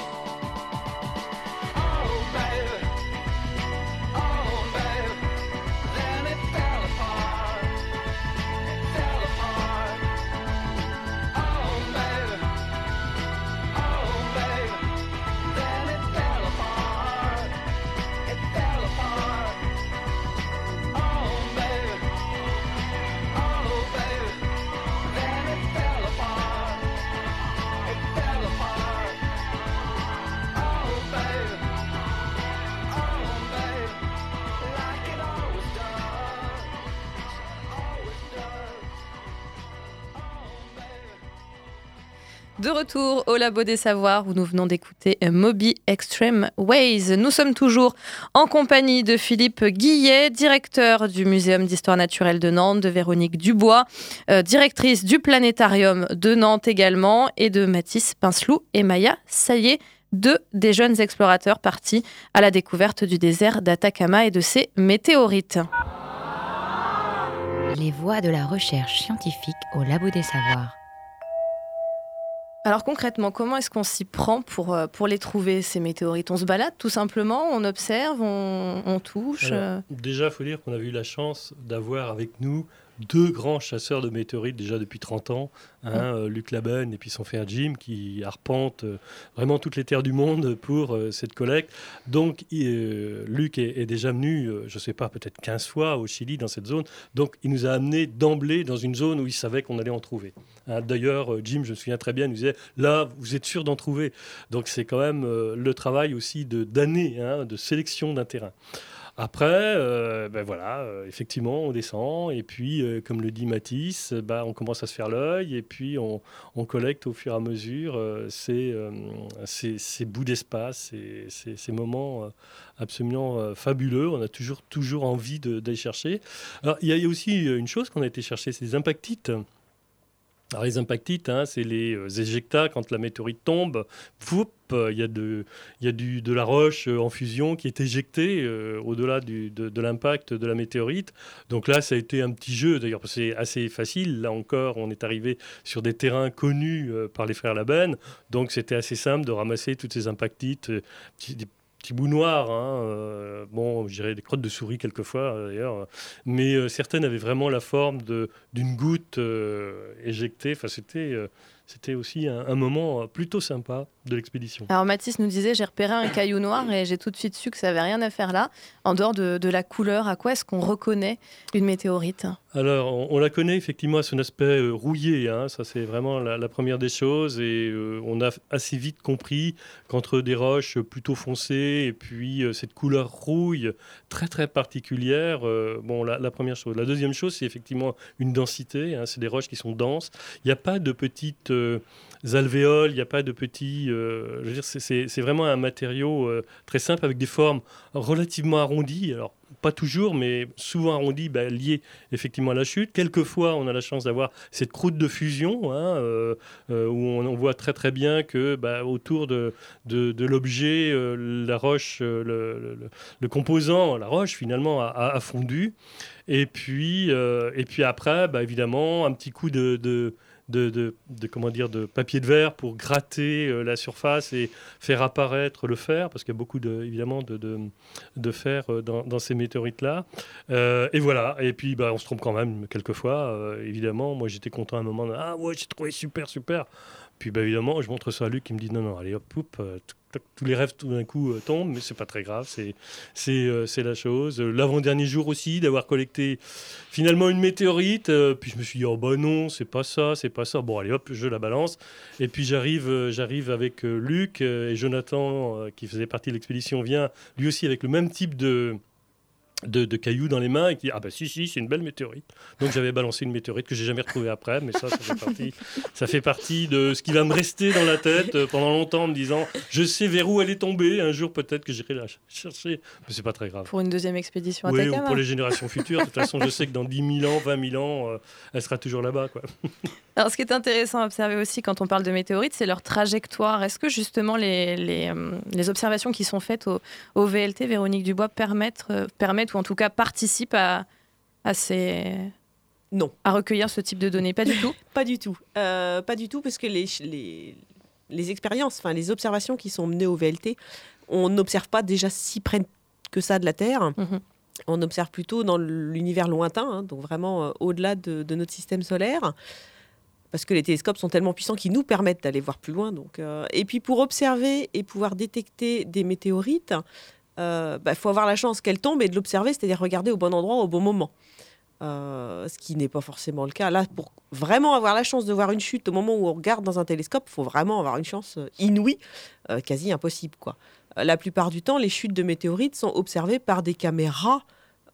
Oh, baby. Oh, baby. Then it fell apart. It fell apart. Oh, baby. Oh, baby. Then it fell apart. It fell apart. Oh, baby. Oh, baby. Then it fell apart. It fell apart. Oh, baby. Oh, baby. Like it always does. Always does. Oh, baby. De retour au Labo des Savoirs où nous venons d'écouter Moby Extreme Ways. Nous sommes toujours en compagnie de Philippe Guillet, directeur du Muséum d'Histoire Naturelle de Nantes, de Véronique Dubois, euh, directrice du Planétarium de Nantes également, et de Mathis Pincelou et Maya Saillé, deux des jeunes explorateurs partis à la découverte du désert d'Atacama et de ses météorites. Les voies de la recherche scientifique au Labo des Savoirs. Alors concrètement, comment est-ce qu'on s'y prend pour, euh, pour les trouver, ces météorites ? On se balade tout simplement, on observe, on, on touche Alors, euh... déjà, il faut dire qu'on avait eu la chance d'avoir avec nous deux grands chasseurs de météorites déjà depuis trente ans, hein, mmh. euh, Luc Laben et puis son frère Jim, qui arpentent euh, vraiment toutes les terres du monde pour euh, cette collecte. Donc euh, Luc est, est déjà venu, euh, je ne sais pas, peut-être quinze fois au Chili dans cette zone. Donc il nous a amenés d'emblée dans une zone où il savait qu'on allait en trouver. Hein, d'ailleurs, euh, Jim, je me souviens très bien, il nous disait, là, vous êtes sûr d'en trouver. Donc c'est quand même euh, le travail aussi de, d'années, hein, de sélection d'un terrain. Après, euh, ben voilà, euh, effectivement, on descend et puis, euh, comme le dit Mathis, euh, ben, on commence à se faire l'œil et puis on, on collecte au fur et à mesure euh, ces, euh, ces, ces bouts d'espace, ces, ces, ces moments euh, absolument euh, fabuleux. On a toujours, toujours envie de, d'aller chercher. Alors, il y a aussi une chose qu'on a été chercher, c'est les impactites. Alors les impactites, hein, c'est les euh, éjectats quand la météorite tombe. Foup, il y a, de, il y a du, de la roche en fusion qui est éjectée euh, au-delà du, de, de l'impact de la météorite. Donc là, ça a été un petit jeu, d'ailleurs, parce que c'est assez facile. Là encore, on est arrivé sur des terrains connus euh, par les frères Laben. Donc c'était assez simple de ramasser toutes ces impactites, euh, des petits bouts noirs, hein, euh, bon, je dirais des crottes de souris quelquefois euh, d'ailleurs, mais euh, certaines avaient vraiment la forme de, d'une goutte euh, éjectée. Enfin, c'était, euh, c'était aussi un, un moment plutôt sympa de l'expédition. Alors Mathis nous disait, j'ai repéré un caillou noir et j'ai tout de suite su que ça n'avait rien à faire là. En dehors de, de la couleur, à quoi est-ce qu'on reconnaît une météorite ? Alors, on, on la connaît effectivement à son aspect euh, rouillé, hein, ça c'est vraiment la, la première des choses, et euh, on a assez vite compris qu'entre des roches plutôt foncées et puis euh, cette couleur rouille très très particulière, euh, bon, la, la première chose. La deuxième chose, c'est effectivement une densité, hein, c'est des roches qui sont denses, il n'y a pas de petites euh, alvéoles, il n'y a pas de petits... euh, je veux dire, c'est, c'est, c'est vraiment un matériau euh, très simple avec des formes relativement arrondies, alors pas toujours, mais souvent arrondi, bah, lié effectivement à la chute. Quelquefois, on a la chance d'avoir cette croûte de fusion, hein, euh, euh, où on, on voit très très bien que bah, autour de, de, de l'objet, euh, la roche, euh, le, le, le composant, la roche finalement a, a, a fondu. Et puis, euh, et puis après, bah, évidemment, un petit coup de, de De, de, de, comment dire, de papier de verre pour gratter euh, la surface et faire apparaître le fer, parce qu'il y a beaucoup de, évidemment de, de, de fer euh, dans, dans ces météorites-là. Euh, et voilà, et puis bah, on se trompe quand même quelquefois, euh, évidemment. Moi j'étais content à un moment, ah ouais, j'ai trouvé super, super. Puis bah, évidemment, je montre ça à Luc qui me dit non, non, allez hop, hop, euh, tous les rêves tout d'un coup euh, tombent, mais c'est pas très grave, c'est, c'est, euh, c'est la chose. Euh, l'avant-dernier jour aussi, d'avoir collecté finalement une météorite, euh, puis je me suis dit, oh bah non, c'est pas ça, c'est pas ça. Bon, allez hop, je la balance. Et puis j'arrive, euh, j'arrive avec euh, Luc euh, et Jonathan, euh, qui faisait partie de l'expédition, vient lui aussi avec le même type de. De, de cailloux dans les mains et qui dit ah bah si si c'est une belle météorite. Donc j'avais balancé une météorite que j'ai jamais retrouvée après, mais ça ça fait partie ça fait partie de ce qui va me rester dans la tête euh, pendant longtemps en me disant je sais vers où elle est tombée, un jour peut-être que j'irai la chercher, mais c'est pas très grave. Pour une deuxième expédition à oui, Atacama. ou pour les générations futures, de toute façon je sais que dans dix mille ans, vingt mille ans euh, elle sera toujours là-bas quoi. Alors, ce qui est intéressant à observer aussi quand on parle de météorites, c'est leur trajectoire. Est-ce que justement les, les, euh, les observations qui sont faites au, au V L T, Véronique Dubois, permettent, euh, permettent ou en tout cas participent à, à, ces... Non. à recueillir ce type de données? Pas du tout. Pas du tout. Euh, pas du tout, parce que les, les, les expériences, enfin les observations qui sont menées au V L T, on n'observe pas déjà si près que ça de la Terre. Mm-hmm. On observe plutôt dans l'univers lointain, hein, donc vraiment euh, au-delà de, de notre système solaire. Parce que les télescopes sont tellement puissants qu'ils nous permettent d'aller voir plus loin. Donc, euh, et puis pour observer et pouvoir détecter des météorites, il euh, bah, faut avoir la chance qu'elles tombent et de l'observer, c'est-à-dire regarder au bon endroit au bon moment. Euh, ce qui n'est pas forcément le cas. Là, pour vraiment avoir la chance de voir une chute au moment où on regarde dans un télescope, il faut vraiment avoir une chance inouïe, euh, quasi impossible, quoi. Euh, la plupart du temps, les chutes de météorites sont observées par des caméras,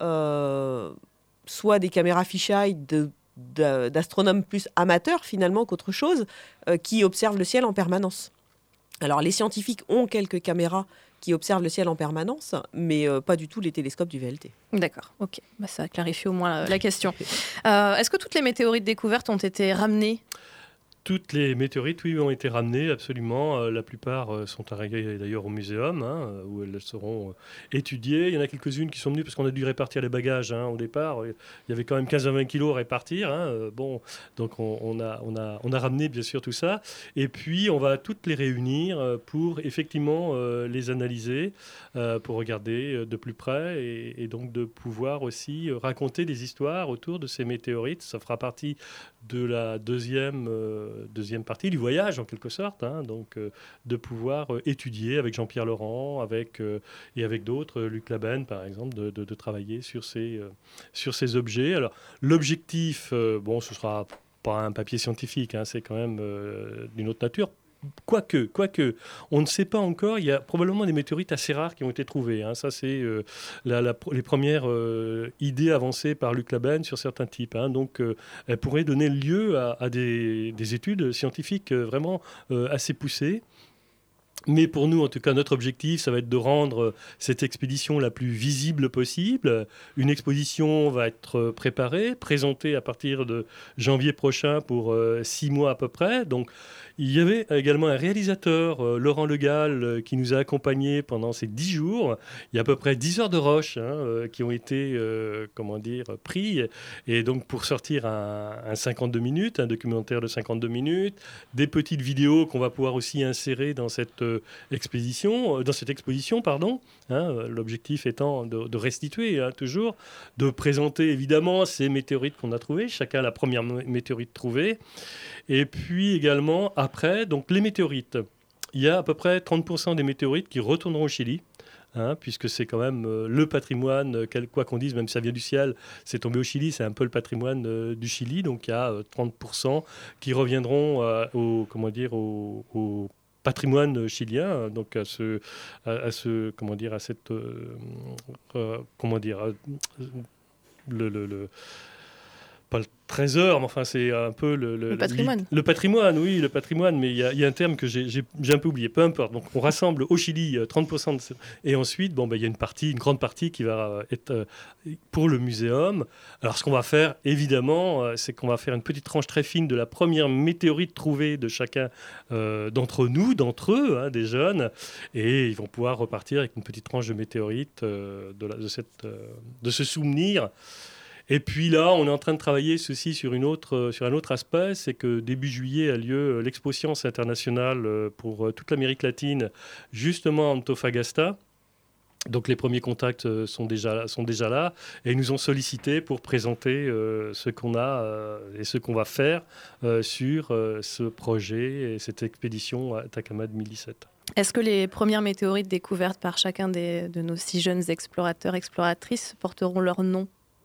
euh, soit des caméras fisheye de d'astronomes plus amateurs finalement qu'autre chose, euh, qui observent le ciel en permanence. Alors les scientifiques ont quelques caméras qui observent le ciel en permanence, mais euh, pas du tout les télescopes du V L T. D'accord, ok. Bah, ça clarifie au moins la, la question. Euh, est-ce que toutes les météorites découvertes ont été ramenées ? Toutes les météorites, oui, ont été ramenées, absolument. Euh, la plupart euh, sont arrivées d'ailleurs au muséum, hein, où elles seront euh, étudiées. Il y en a quelques-unes qui sont venues parce qu'on a dû répartir les bagages hein, au départ. Il y avait quand même quinze à vingt kilos à répartir. Hein, euh, bon, donc on, on, a, on, a, on a ramené bien sûr tout ça. Et puis on va toutes les réunir euh, pour effectivement euh, les analyser, euh, pour regarder euh, de plus près et, et donc de pouvoir aussi euh, raconter des histoires autour de ces météorites. Ça fera partie de la deuxième... Euh, deuxième partie du voyage en quelque sorte, hein, donc euh, de pouvoir euh, étudier avec Jean-Pierre Laurent avec, euh, et avec d'autres, euh, Luc Laben par exemple, de, de, de travailler sur ces, euh, sur ces objets. Alors l'objectif, euh, bon ce sera pas un papier scientifique, hein, c'est quand même euh, d'une autre nature. Quoique, quoique, on ne sait pas encore, il y a probablement des météorites assez rares qui ont été trouvées. Hein. Ça, c'est euh, la, la, les premières euh, idées avancées par Luc Laben sur certains types. Hein. Donc, euh, elles pourraient donner lieu à, à des, des études scientifiques euh, vraiment euh, assez poussées. Mais pour nous, en tout cas, notre objectif, ça va être de rendre cette expédition la plus visible possible. Une exposition va être préparée, présentée à partir de janvier prochain pour euh, six mois à peu près. Donc, il y avait également un réalisateur, euh, Laurent Le Gall, euh, qui nous a accompagnés pendant ces dix jours. Il y a à peu près dix heures de roche hein, euh, qui ont été, euh, comment dire, pris. Et donc, pour sortir un, un cinquante-deux minutes, un documentaire de cinquante-deux minutes, des petites vidéos qu'on va pouvoir aussi insérer dans cette euh, expédition, euh, dans cette exposition, pardon. Hein, euh, l'objectif étant de, de restituer, hein, toujours, de présenter évidemment ces météorites qu'on a trouvées, chacun la première m- météorite trouvée, et puis également après, donc les météorites. Il y a à peu près trente pour cent des météorites qui retourneront au Chili. Hein, puisque c'est quand même euh, le patrimoine, euh, quel- quoi qu'on dise, même si ça vient du ciel, c'est tombé au Chili, c'est un peu le patrimoine euh, du Chili, donc il y a euh, trente pour cent qui reviendront euh, au, comment dire, au, au patrimoine chilien, donc à ce, à, à ce comment dire, à cette, euh, euh, comment dire, euh, le, le, le- pas le trésor, mais enfin c'est un peu le, Le patrimoine. Le patrimoine, oui, le patrimoine, mais il y, a- il y a un terme que j'ai, j'ai, j'ai un peu oublié, peu importe. Donc on rassemble au Chili euh, trente pour cent de ce- et ensuite, bon, ben, il y a une partie, une grande partie qui va euh, être euh, pour le muséum. Alors ce qu'on va faire, évidemment, euh, c'est qu'on va faire une petite tranche très fine de la première météorite trouvée de chacun euh, d'entre nous, d'entre eux, hein, des jeunes, et ils vont pouvoir repartir avec une petite tranche de météorite euh, de, la- de, cette, euh, de ce souvenir. Et puis là, on est en train de travailler ceci sur, une autre, euh, sur un autre aspect, c'est que début juillet a lieu euh, l'Expo Science internationale euh, pour euh, toute l'Amérique latine, justement à Antofagasta. Donc les premiers contacts euh, sont, déjà, sont déjà là et ils nous ont sollicité pour présenter euh, ce qu'on a euh, et ce qu'on va faire euh, sur euh, ce projet et cette expédition à Atacama deux mille dix-sept. Est-ce que les premières météorites découvertes par chacun des, de nos six jeunes explorateurs, exploratrices porteront leur nom ?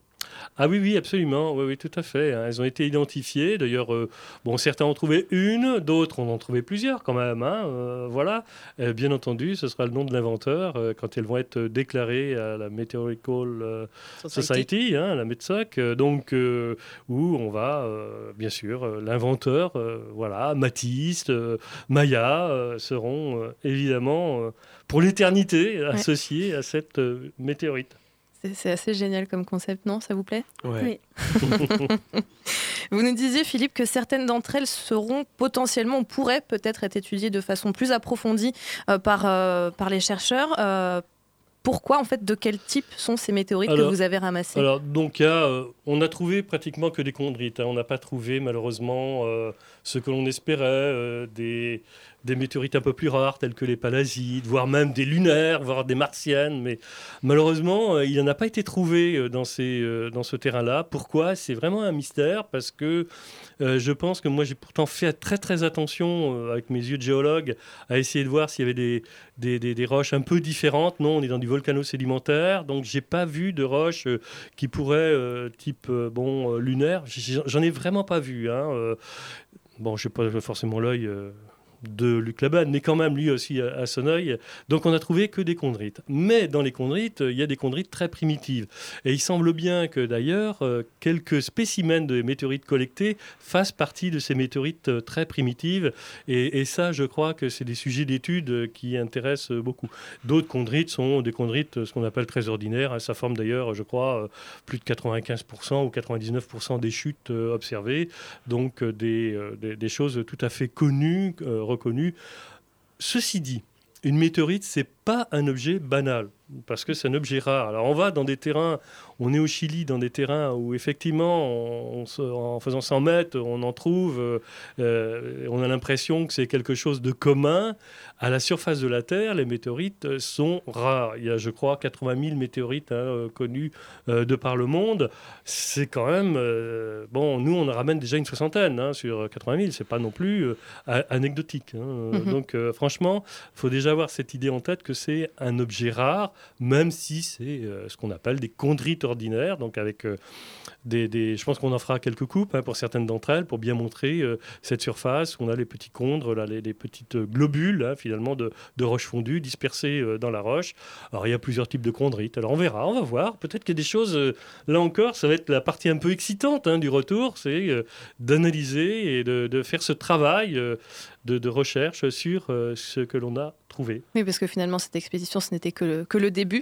Ah oui, oui, absolument, oui, oui, tout à fait. Hein. Elles ont été identifiées. D'ailleurs, euh, bon, certains ont trouvé une, d'autres en ont trouvé plusieurs quand même. Hein, euh, voilà. Euh, bien entendu, ce sera le nom de l'inventeur euh, quand elles vont être déclarées à la Meteorological euh, Society, hein, la METSOC. Euh, donc, euh, où on va, euh, bien sûr, euh, l'inventeur, euh, voilà, Matisse, euh, Maya euh, seront euh, évidemment euh, pour l'éternité associés à cette euh, météorite. C'est, c'est assez génial comme concept, non ? Ça vous plaît ? Ouais. Oui. Vous nous disiez, Philippe, que certaines d'entre elles seront potentiellement, ou pourraient peut-être être étudiées de façon plus approfondie euh, par, euh, par les chercheurs. Euh, pourquoi, en fait, de quel type sont ces météorites Alors, que vous avez ramassées ? Alors, donc, il y a, euh, on a trouvé pratiquement que des chondrites. Hein. On n'a pas trouvé, malheureusement, euh, ce que l'on espérait, euh, des, des météorites un peu plus rares, telles que les palasides, voire même des lunaires, voire des martiennes. Mais malheureusement, euh, il n'en a pas été trouvé euh, dans, ces, euh, dans ce terrain-là. Pourquoi ? C'est vraiment un mystère, parce que euh, je pense que moi, j'ai pourtant fait très, très attention, euh, avec mes yeux de géologue, à essayer de voir s'il y avait des, des, des, des roches un peu différentes. Non, on est dans du volcano-sédimentaire, donc j'ai pas vu de roches euh, qui pourraient, euh, type euh, bon, euh, lunaire. J- J'en ai vraiment pas vu. Hein, euh, bon, je n'ai pas forcément l'œil euh, de Luc Laban, mais quand même lui aussi à, à son œil. Donc on a trouvé que des chondrites. Mais dans les chondrites, il y a des chondrites très primitives. Et il semble bien que d'ailleurs, euh, quelques spécimens de météorites collectés fassent partie de ces météorites euh, très primitives. Et, et ça, je crois que c'est des sujets d'études euh, qui intéressent euh, beaucoup. D'autres chondrites sont des chondrites, euh, ce qu'on appelle très ordinaires. Hein. Ça forme d'ailleurs, je crois, euh, plus de quatre-vingt-quinze pour cent ou quatre-vingt-dix-neuf pour cent des chutes euh, observées. Donc euh, des, euh, des, des choses tout à fait connues, euh, reconnues. Ceci dit, une météorite, c'est pas un objet banal, parce que c'est un objet rare. Alors on va dans des terrains, on est au Chili, dans des terrains où effectivement, on, on se- en faisant cent mètres, on en trouve, euh, euh, on a l'impression que c'est quelque chose de commun. À la surface de la Terre, les météorites sont rares. Il y a, je crois, quatre-vingt mille météorites hein, euh, connues euh, de par le monde. C'est quand même, euh, bon, nous on en ramène déjà une soixantaine hein, sur quatre-vingt mille, c'est pas non plus euh, a- anecdotique. Hein. Mhm. Donc euh, franchement, il faut déjà avoir cette idée en tête que c'est un objet rare, même si c'est euh, ce qu'on appelle des chondrites ordinaires, donc avec euh, des, des- je pense qu'on en fera quelques coupes hein, pour certaines d'entre elles, pour bien montrer euh, cette surface où on a les petits chondres, là, les, les petites globules hein, finalement de, de roche fondue dispersées euh, dans la roche. Alors il y a plusieurs types de chondrites. Alors on verra, on va voir. Peut-être qu'il y a des choses, euh, là encore, ça va être la partie un peu excitante hein, du retour, c'est euh, d'analyser et de, de faire ce travail euh, de, de recherche sur euh, ce que l'on a trouvé. Oui, parce que finalement, cette expédition, ce n'était que le, que le début.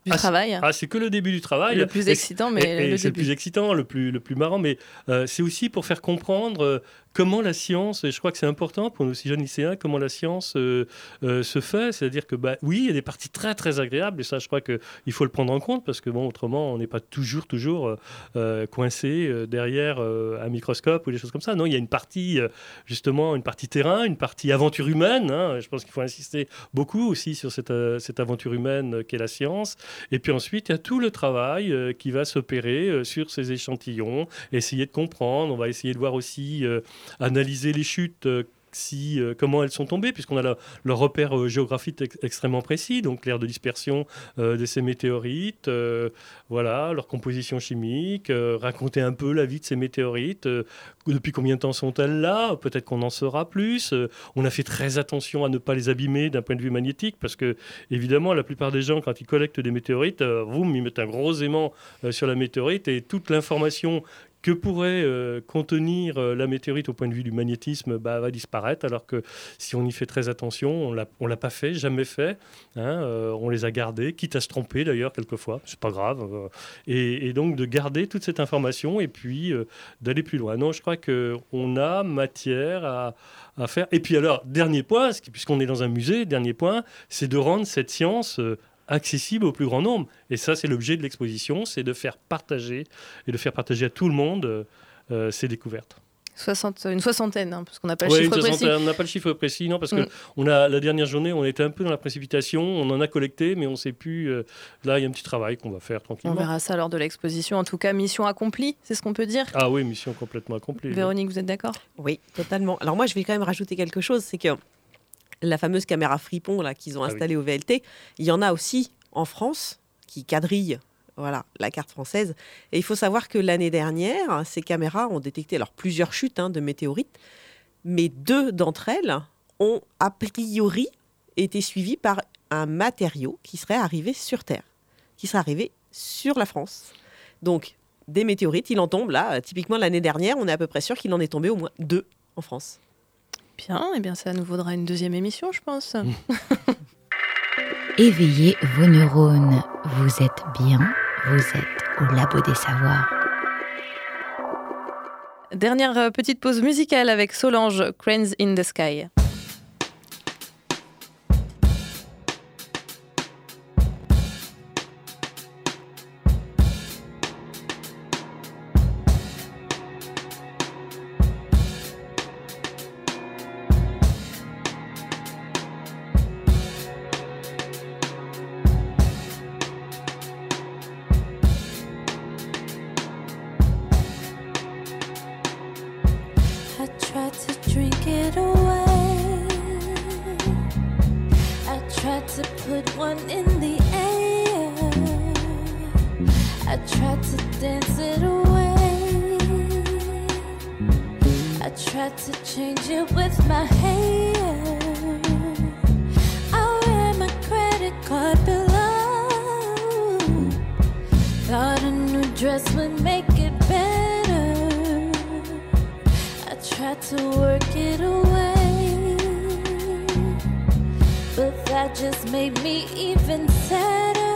du Ah, travail. Ah, c'est que le début du travail. Le plus Et- excitant, mais et- et le c'est le début. plus excitant, le plus, le plus marrant, mais euh, c'est aussi pour faire comprendre euh, comment la science, et je crois que c'est important pour nos si jeunes lycéens, comment la science euh, euh, se fait. C'est-à-dire que, bah, oui, il y a des parties très, très agréables, et ça, je crois qu'il faut le prendre en compte, parce que, bon, autrement, on n'est pas toujours, toujours euh, euh, coincé euh, derrière euh, un microscope ou des choses comme ça. Non, il y a une partie, euh, justement, une partie terrain, une partie aventure humaine. Hein. Je pense qu'il faut insister beaucoup aussi sur cette, euh, cette aventure humaine euh, qu'est la science. Et puis ensuite, il y a tout le travail euh, qui va s'opérer euh, sur ces échantillons, essayer de comprendre. On va essayer de voir aussi, euh, analyser les chutes. euh, Si, euh, comment elles sont tombées, puisqu'on a la- leur repère euh, géographique ex- extrêmement précis, donc l'aire de dispersion euh, de ces météorites, euh, voilà, leur composition chimique, euh, raconter un peu la vie de ces météorites, euh, depuis combien de temps sont-elles là, peut-être qu'on en saura plus. Euh, on a fait très attention à ne pas les abîmer d'un point de vue magnétique, parce que, évidemment, la plupart des gens, quand ils collectent des météorites, euh, boum, ils mettent un gros aimant euh, sur la météorite, et toute l'information que pourrait euh, contenir euh, la météorite au point de vue du magnétisme bah, va disparaître, alors que si on y fait très attention, on l'a, on l'a pas fait, jamais fait, hein, euh, on les a gardés, quitte à se tromper d'ailleurs quelquefois, c'est pas grave, euh, et, et donc de garder toute cette information et puis euh, d'aller plus loin. Non, je crois qu'on a matière à, à faire. Et puis alors, dernier point, ce qui- puisqu'on est dans un musée, dernier point, c'est de rendre cette science euh, accessible au plus grand nombre. Et ça, c'est l'objet de l'exposition, c'est de faire partager et de faire partager à tout le monde euh, euh, ces découvertes. soixante, une soixantaine, hein, parce qu'on n'a pas le Ouais, chiffre une précis. soixantaine, on n'a pas le chiffre précis, non, parce que Mm. on a, la dernière journée, on était un peu dans la précipitation, on en a collecté, mais on ne sait plus. euh, là, il y a un petit travail qu'on va faire On tranquillement. verra ça lors de l'exposition. En tout cas, mission accomplie, c'est ce qu'on peut dire. Ah oui, mission complètement accomplie. Véronique, vous êtes d'accord? Oui, totalement. Alors moi, je vais quand même rajouter quelque chose, c'est que la fameuse caméra Fripon là, qu'ils ont Ah oui. installée au V L T, il y en a aussi en France qui quadrillent voilà, la carte française. Et il faut savoir que l'année dernière, ces caméras ont détecté alors, plusieurs chutes hein, de météorites, mais deux d'entre elles ont a priori été suivies par un matériau qui serait arrivé sur Terre, qui serait arrivé sur la France. Donc, des météorites, il en tombe là. Typiquement, l'année dernière, on est à peu près sûr qu'il en est tombé au moins deux en France. Bien, et bien ça nous vaudra une deuxième émission, je pense. Éveillez vos neurones. Vous êtes bien, vous êtes au Labo des Savoirs. Dernière euh, petite pause musicale avec Solange, Cranes in the Sky. I tried to drink it away. I tried to put one in the air. I tried to dance it away. I tried to change it with my hair. I wear my credit card below. Thought a new dress would make it better. I tried to work it away, but that just made me even sadder.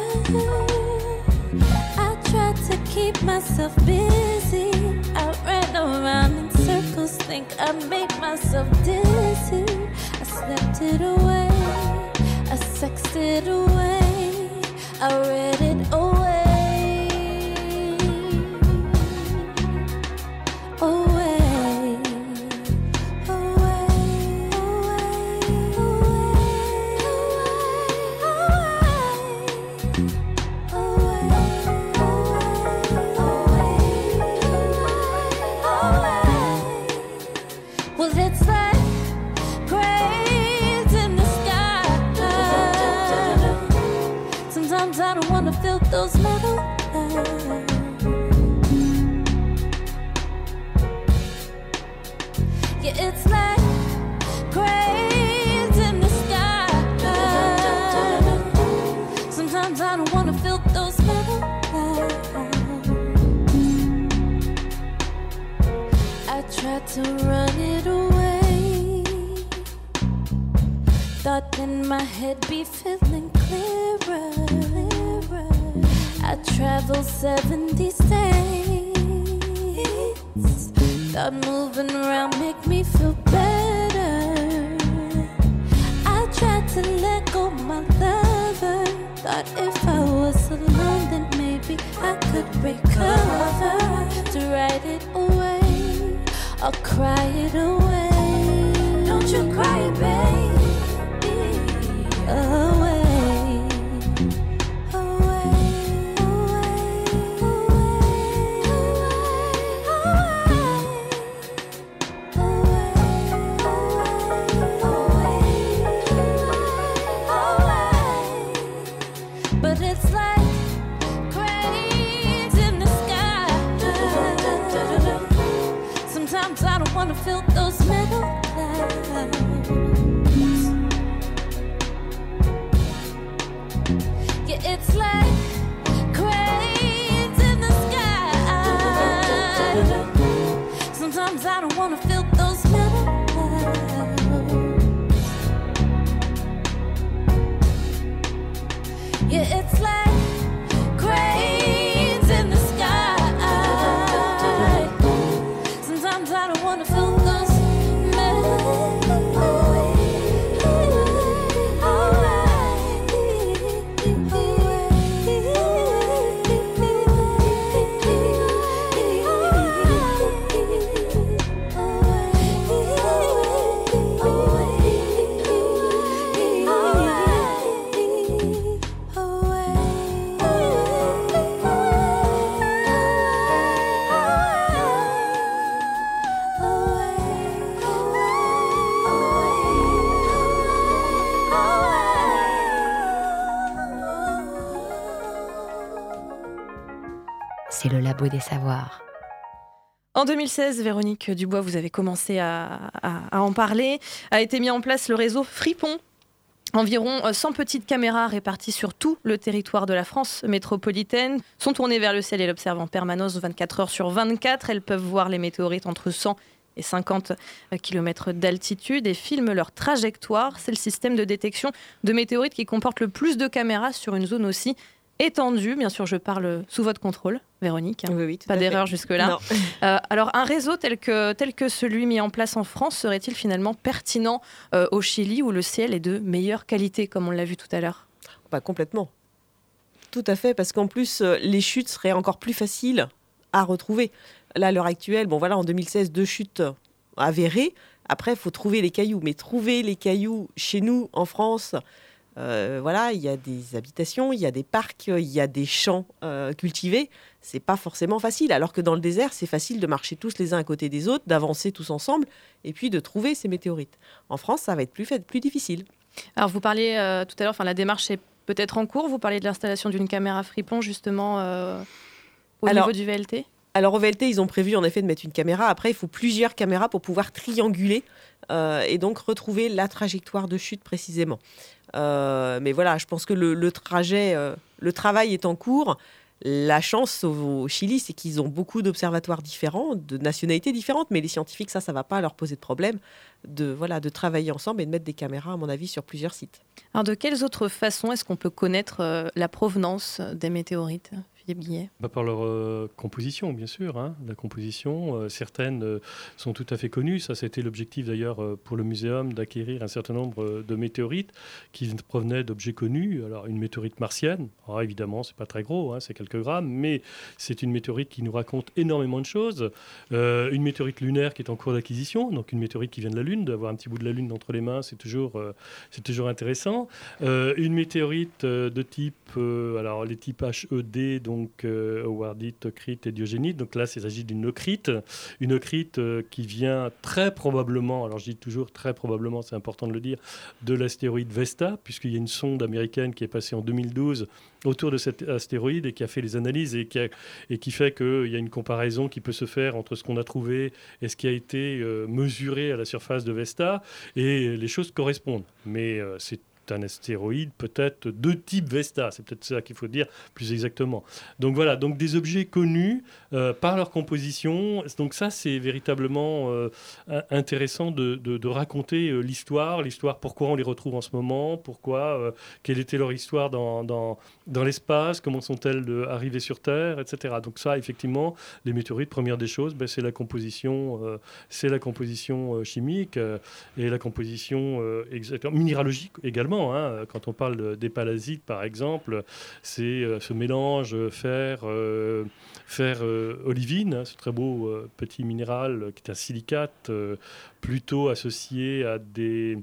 I tried to keep myself busy. I ran around in circles, think I made myself dizzy. I slept it away, I sexed it away, I read it away. Away, away, well, it's like cranes in the sky. Sometimes I don't wanna feel those metal eyes. Yeah, it's like cranes in the sky. Sometimes I don't wanna feel those metal eyes. I tried to run it away. Thought then my head be feeling clearer. clearer. I traveled seventy states. Thought moving around make me feel better. I tried to let go my lover. Thought if I was alone then maybe I could recover. To write it away or cry it away. Don't you cry, baby, away. But it's like cranes in the sky. Sometimes I don't wanna feel those metal clouds. Yeah, it's like cranes in the sky. Sometimes I don't wanna feel those metal clouds. Yeah, it's like cranes in the sky. Sometimes I don't wanna feel those metal. C'est le Labo des Savoirs. En deux mille seize, Véronique Dubois, vous avez commencé à, à, à en parler, a été mis en place le réseau Fripon. Environ cent petites caméras réparties sur tout le territoire de la France métropolitaine sont tournées vers le ciel et l'observent en permanence vingt-quatre heures sur vingt-quatre. Elles peuvent voir les météorites entre cent et cinquante kilomètres d'altitude et filment leur trajectoire. C'est le système de détection de météorites qui comporte le plus de caméras sur une zone aussi étendue. Bien sûr, je parle sous votre contrôle, Véronique. Oui, oui, tout Pas à d'erreur fait. jusque-là. Non. Euh, alors, un réseau tel que, tel que celui mis en place en France serait-il finalement pertinent euh, au Chili où le ciel est de meilleure qualité, comme on l'a vu tout à l'heure ? Pas complètement. Tout à fait, parce qu'en plus, euh, les chutes seraient encore plus faciles à retrouver. Là, à l'heure actuelle, bon voilà, en deux mille seize, deux chutes avérées. Après, il faut trouver les cailloux. Mais trouver les cailloux chez nous, en France, euh, voilà, il y a des habitations, il y a des parcs, il y a des champs euh, cultivés. C'est pas forcément facile. Alors que dans le désert, c'est facile de marcher tous les uns à côté des autres, d'avancer tous ensemble, et puis de trouver ces météorites. En France, ça va être plus, fait, plus difficile. Alors, vous parliez euh, tout à l'heure, enfin, la démarche est peut-être en cours. Vous parliez de l'installation d'une caméra Fripon, justement, euh, au Alors, niveau du V L T. Alors au V L T, ils ont prévu en effet de mettre une caméra. Après, il faut plusieurs caméras pour pouvoir trianguler euh, et donc retrouver la trajectoire de chute précisément. Euh, mais voilà, je pense que le, le trajet, euh, le travail est en cours. La chance au, au Chili, c'est qu'ils ont beaucoup d'observatoires différents, de nationalités différentes, mais les scientifiques, ça, ça ne va pas leur poser de problème de, voilà, de travailler ensemble et de mettre des caméras, à mon avis, sur plusieurs sites. Alors, de quelles autres façons est-ce qu'on peut connaître euh, la provenance des météorites ? Philippe Guillet. Bah par leur euh, composition, bien sûr. Hein. La composition, euh, certaines euh, sont tout à fait connues. Ça, c'était l'objectif d'ailleurs euh, pour le muséum, d'acquérir un certain nombre euh, de météorites qui provenaient d'objets connus. Alors, une météorite martienne, alors, évidemment, c'est pas très gros, hein, c'est quelques grammes, mais c'est une météorite qui nous raconte énormément de choses. Euh, une météorite lunaire qui est en cours d'acquisition, donc une météorite qui vient de la Lune, d'avoir un petit bout de la Lune entre les mains, c'est toujours, euh, c'est toujours intéressant. Euh, une météorite euh, de type, euh, alors les types H E D, donc donc euh, howardite, ocrite et diogénite. Donc là, il s'agit d'une ocrite, une ocrite euh, qui vient très probablement, alors je dis toujours très probablement, c'est important de le dire, de l'astéroïde Vesta, puisqu'il y a une sonde américaine qui est passée en deux mille douze autour de cet astéroïde et qui a fait les analyses et qui, a, et qui fait qu'il y a une comparaison qui peut se faire entre ce qu'on a trouvé et ce qui a été euh, mesuré à la surface de Vesta, et les choses correspondent. Mais euh, c'est un astéroïde peut-être de type Vesta, c'est peut-être ça qu'il faut dire plus exactement. Donc voilà, donc des objets connus euh, par leur composition. Donc ça, c'est véritablement euh, intéressant de, de, de raconter euh, l'histoire, l'histoire, pourquoi on les retrouve en ce moment, pourquoi, euh, quelle était leur histoire dans, dans, dans l'espace, comment sont-elles euh, arrivées sur Terre, et cetera. Donc ça, effectivement, les météorites, première des choses, ben, c'est la composition, euh, c'est la composition euh, chimique euh, et la composition euh, exactement, minéralogique également. Hein. Quand on parle des palasites, par exemple, c'est euh, ce mélange fer, euh, fer euh, olivine, hein, ce très beau euh, petit minéral euh, qui est un silicate euh, plutôt associé à des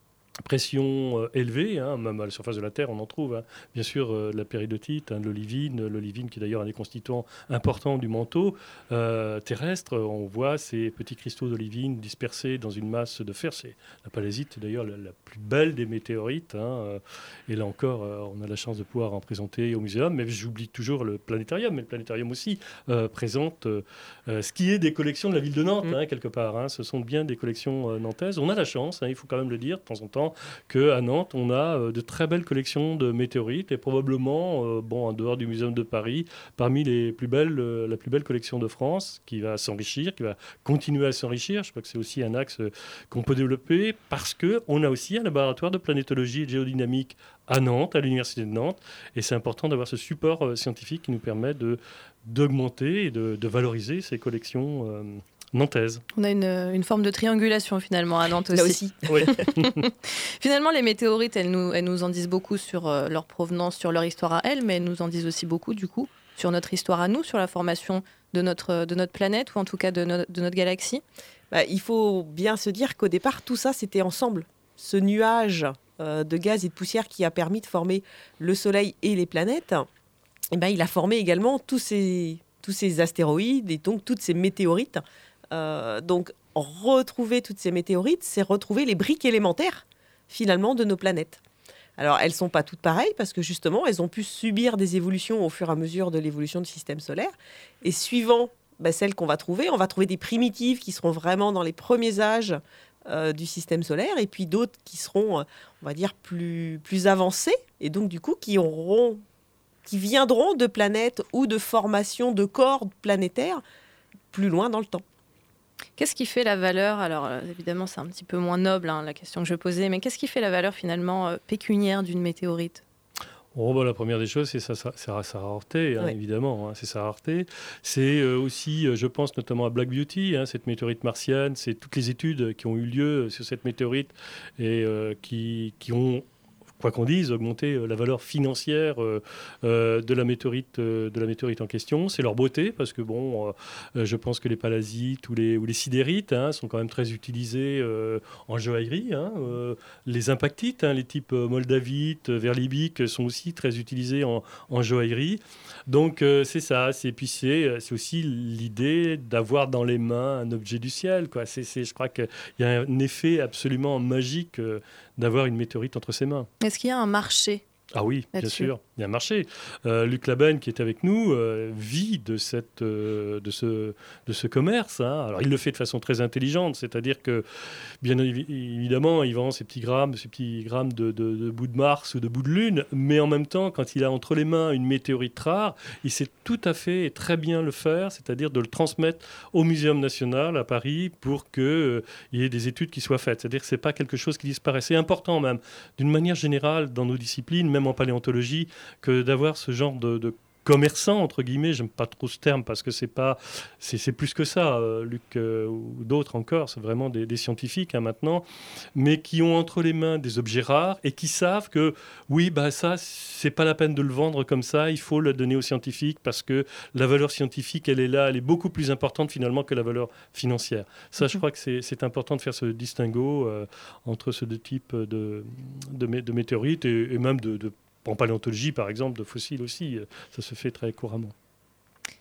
pression euh, élevée, hein, même à la surface de la Terre, on en trouve. Hein. Bien sûr, euh, la péridotite, hein, l'olivine, l'olivine qui est d'ailleurs un des constituants importants du manteau euh, terrestre. On voit ces petits cristaux d'olivine dispersés dans une masse de fer. C'est la palésite, d'ailleurs, la, la plus belle des météorites. Hein, euh, et là encore, euh, on a la chance de pouvoir en présenter au muséum. Mais j'oublie toujours le planétarium. Mais le planétarium aussi euh, présente euh, ce qui est des collections de la ville de Nantes, mmh. hein, quelque part. Hein. Ce sont bien des collections euh, nantaises. On a la chance, hein, il faut quand même le dire, de temps en temps, qu'à Nantes, on a euh, de très belles collections de météorites et probablement, euh, bon, en dehors du Muséum de Paris, parmi les plus belles, euh, la plus belle collection de France qui va s'enrichir, qui va continuer à s'enrichir. Je crois que c'est aussi un axe euh, qu'on peut développer parce qu'on a aussi un laboratoire de planétologie et de géodynamique à Nantes, à l'Université de Nantes. Et c'est important d'avoir ce support euh, scientifique qui nous permet de, d'augmenter et de, de valoriser ces collections euh, nantaise. On a une, une forme de triangulation finalement à Nantes aussi. Là aussi. Oui. Finalement, les météorites, elles nous, elles nous en disent beaucoup sur euh, leur provenance, sur leur histoire à elles, mais elles nous en disent aussi beaucoup du coup sur notre histoire à nous, sur la formation de notre, de notre planète ou en tout cas de, no- de notre galaxie. Bah, il faut bien se dire qu'au départ, tout ça, c'était ensemble. Ce nuage euh, de gaz et de poussière qui a permis de former le Soleil et les planètes, eh ben, il a formé également tous ces, tous ces astéroïdes et donc toutes ces météorites. Euh, donc, retrouver toutes ces météorites, c'est retrouver les briques élémentaires, finalement, de nos planètes. Alors, elles ne sont pas toutes pareilles, parce que, justement, elles ont pu subir des évolutions au fur et à mesure de l'évolution du système solaire. Et suivant bah, celles qu'on va trouver, on va trouver des primitives qui seront vraiment dans les premiers âges euh, du système solaire, et puis d'autres qui seront, euh, on va dire, plus, plus avancées, et donc, du coup, qui auront, qui viendront de planètes ou de formations de corps planétaires plus loin dans le temps. Qu'est-ce qui fait la valeur, alors euh, évidemment c'est un petit peu moins noble hein, la question que je posais, mais qu'est-ce qui fait la valeur finalement euh, pécuniaire d'une météorite ? Oh, bah, la première des choses, c'est sa, sa, sa, sa rareté, hein, Ouais. évidemment. Hein, c'est sa rareté. C'est euh, aussi, euh, je pense notamment à Black Beauty, hein, cette météorite martienne. C'est toutes les études qui ont eu lieu sur cette météorite et euh, qui, qui ont, quoi qu'on dise, augmenté euh, la valeur financière euh, euh, de, la météorite, euh, de la météorite en question. C'est leur beauté, parce que bon, euh, je pense que les palasites ou les, ou les sidérites hein, sont quand même très utilisés euh, en joaillerie. Hein, euh, les impactites, hein, les types euh, moldavite, verlibique, sont aussi très utilisés en, en joaillerie. Donc euh, c'est ça. C'est, puis c'est, c'est aussi l'idée d'avoir dans les mains un objet du ciel, quoi. C'est, c'est, je crois qu'il y a un effet absolument magique euh, d'avoir une météorite entre ses mains. Est-ce qu'il y a un marché ? Ah oui, bien Là-dessus. sûr, il y a un marché. Euh, Luc Laben, qui est avec nous, euh, vit de, cette, euh, de, ce, de ce commerce. Hein. Alors, il le fait de façon très intelligente, c'est-à-dire que, bien évi- évidemment, il vend ses petits grammes, ses petits grammes de, de, de bouts de Mars ou de bouts de Lune, mais en même temps, quand il a entre les mains une météorite rare, il sait tout à fait et très bien le faire, c'est-à-dire de le transmettre au Muséum national à Paris pour qu'il euh, y ait des études qui soient faites. C'est-à-dire que ce n'est pas quelque chose qui disparaît. C'est important même, d'une manière générale, dans nos disciplines, même en paléontologie, que d'avoir ce genre de, de commerçants, entre guillemets, j'aime pas trop ce terme parce que c'est pas, c'est, c'est plus que ça, euh, Luc euh, ou d'autres encore, c'est vraiment des, des scientifiques hein, maintenant, mais qui ont entre les mains des objets rares et qui savent que oui, bah ça, c'est pas la peine de le vendre comme ça, il faut le donner aux scientifiques parce que la valeur scientifique, elle est là, elle est beaucoup plus importante finalement que la valeur financière. Ça, je crois que c'est, c'est important de faire ce distinguo euh, entre ces deux types de, de, mé- de météorites et, et même de, de en paléontologie, par exemple, de fossiles aussi, euh, ça se fait très couramment. Conclusion ?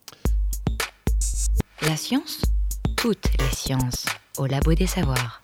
La science, toutes les sciences, au Labo des Savoirs.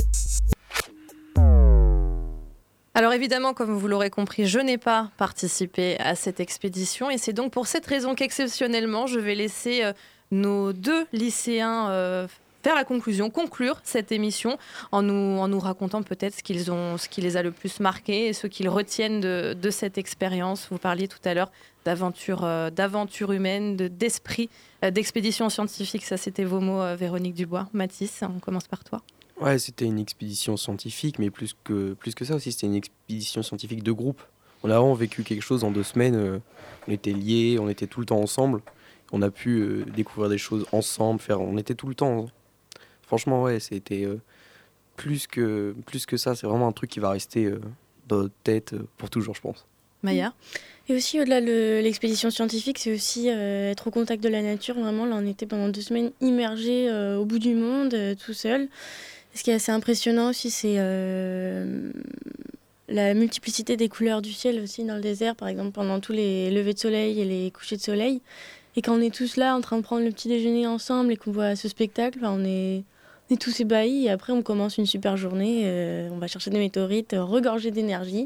Alors évidemment, comme vous l'aurez compris, je n'ai pas participé à cette expédition et c'est donc pour cette raison qu'exceptionnellement, je vais laisser euh, nos deux lycéens euh, faire la conclusion, conclure cette émission en nous, en nous racontant peut-être ce, qu'ils ont, ce qui les a le plus marqués et ce qu'ils retiennent de, de cette expérience. Vous parliez tout à l'heure d'aventure, euh, d'aventure humaine, de, d'esprit, euh, d'expédition scientifique. Ça, c'était vos mots, euh, Véronique Dubois. Mathis, on commence par toi. Ouais, c'était une expédition scientifique, mais plus que, plus que ça aussi, c'était une expédition scientifique de groupe. On a vraiment vécu quelque chose en deux semaines. euh, on était liés, on était tout le temps ensemble. On a pu euh, découvrir des choses ensemble, faire, on était tout le temps. Franchement, ouais, c'était euh, plus, que, plus que ça. C'est vraiment un truc qui va rester euh, dans notre tête euh, pour toujours, je pense. Maya? Et aussi, au-delà de l'expédition scientifique, c'est aussi euh, être au contact de la nature. Vraiment, là, on était pendant deux semaines immergés euh, au bout du monde, euh, tout seul. Et ce qui est assez impressionnant aussi, c'est euh, la multiplicité des couleurs du ciel aussi dans le désert. Par exemple, pendant tous les levées de soleil et les couchers de soleil. Et quand on est tous là, en train de prendre le petit déjeuner ensemble et qu'on voit ce spectacle, on est... On est tous ébahis et après on commence une super journée, euh, on va chercher des météorites, euh, regorgés d'énergie.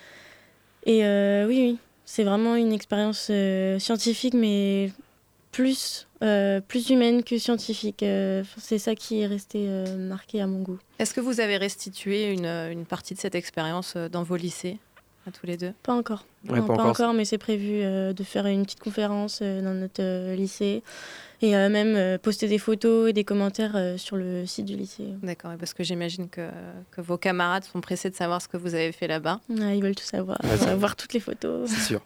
Et euh, oui, oui, c'est vraiment une expérience euh, scientifique, mais plus, euh, plus humaine que scientifique. Euh, c'est ça qui est resté euh, marqué à mon goût. Est-ce que vous avez restitué une, une partie de cette expérience euh, dans vos lycées, à tous les deux? Pas encore. Ouais, non, pas pas encore. encore, mais c'est prévu euh, de faire une petite conférence euh, dans notre euh, lycée et euh, même euh, poster des photos et des commentaires euh, sur le site du lycée. D'accord, parce que j'imagine que, que vos camarades sont pressés de savoir ce que vous avez fait là-bas. Ouais, ils veulent tout savoir, Ouais, ça- savoir toutes les photos. C'est sûr.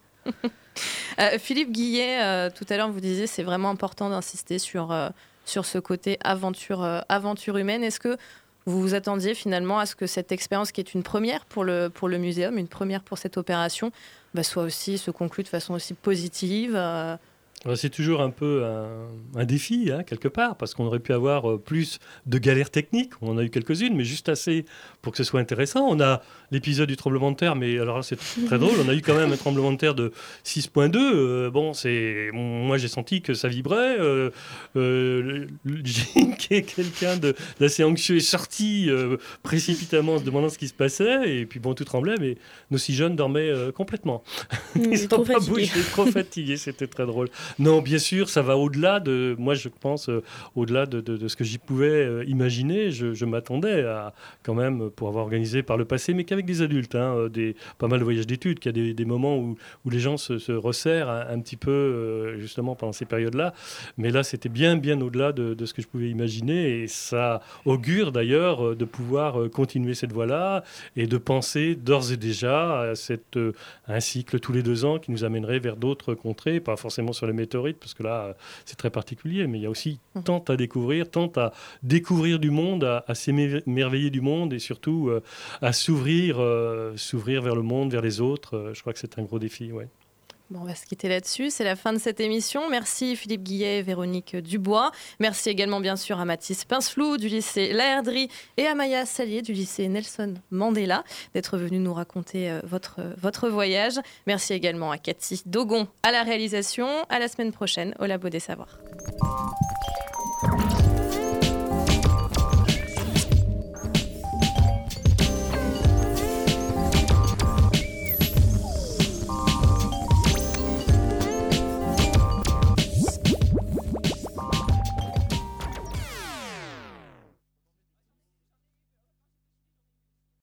Euh, Philippe Guillet, euh, tout à l'heure, vous disiez c'est vraiment important d'insister sur, euh, sur ce côté aventure, euh, aventure humaine. Est-ce que vous vous attendiez finalement à ce que cette expérience, qui est une première pour le, pour le muséum, une première pour cette opération, bah, soit aussi, se conclue de façon aussi positive euh, Alors, c'est toujours un peu un, un défi, hein, quelque part, parce qu'on aurait pu avoir euh, plus de galères techniques. On en a eu quelques-unes, mais juste assez pour que ce soit intéressant. On a l'épisode du tremblement de terre, mais alors là, c'est très drôle. On a eu quand même un tremblement de terre de six virgule deux. Euh, bon, c'est, moi, j'ai senti que ça vibrait. Euh, euh, Jean, qui est quelqu'un de, d'assez anxieux, est sorti euh, précipitamment en se demandant ce qui se passait. Et puis, bon, tout tremblait, mais nos six jeunes dormaient euh, complètement. Mmh, Ils trop n'ont pas fatigués. bougé, trop fatigués. C'était très drôle. Non, bien sûr, ça va au-delà de, moi je pense, euh, au-delà de, de- de ce que j'y pouvais euh, imaginer. Je, je m'attendais à, quand même, pour avoir organisé par le passé, mais qu'avec des adultes, hein, euh, des, pas mal de voyages d'études, qu'il y a des, des moments où, où les gens se, se resserrent un, un petit peu, euh, justement, pendant ces périodes-là. Mais là, c'était bien, bien au-delà de, de ce que je pouvais imaginer. Et ça augure d'ailleurs euh, de pouvoir euh, continuer cette voie-là et de penser d'ores et déjà à, cette, euh, à un cycle tous les deux ans qui nous amènerait vers d'autres contrées, pas forcément sur les météorites, parce que là, euh, c'est très particulier, mais il y a aussi Mhm. tant à découvrir, tant à découvrir du monde, à, à s'émerveiller du monde et surtout euh, à s'ouvrir, euh, s'ouvrir vers le monde, vers les autres. Euh, je crois que c'est un gros défi, ouais. Bon, on va se quitter là-dessus. C'est la fin de cette émission. Merci Philippe Guillet et Véronique Dubois. Merci également, bien sûr, à Mathis Pinceflou du lycée La Herderie et à Maya Salier du lycée Nelson Mandela d'être venus nous raconter euh, votre, votre voyage. Merci également à Cathy Dogon à la réalisation. À la semaine prochaine au Labo des Savoirs.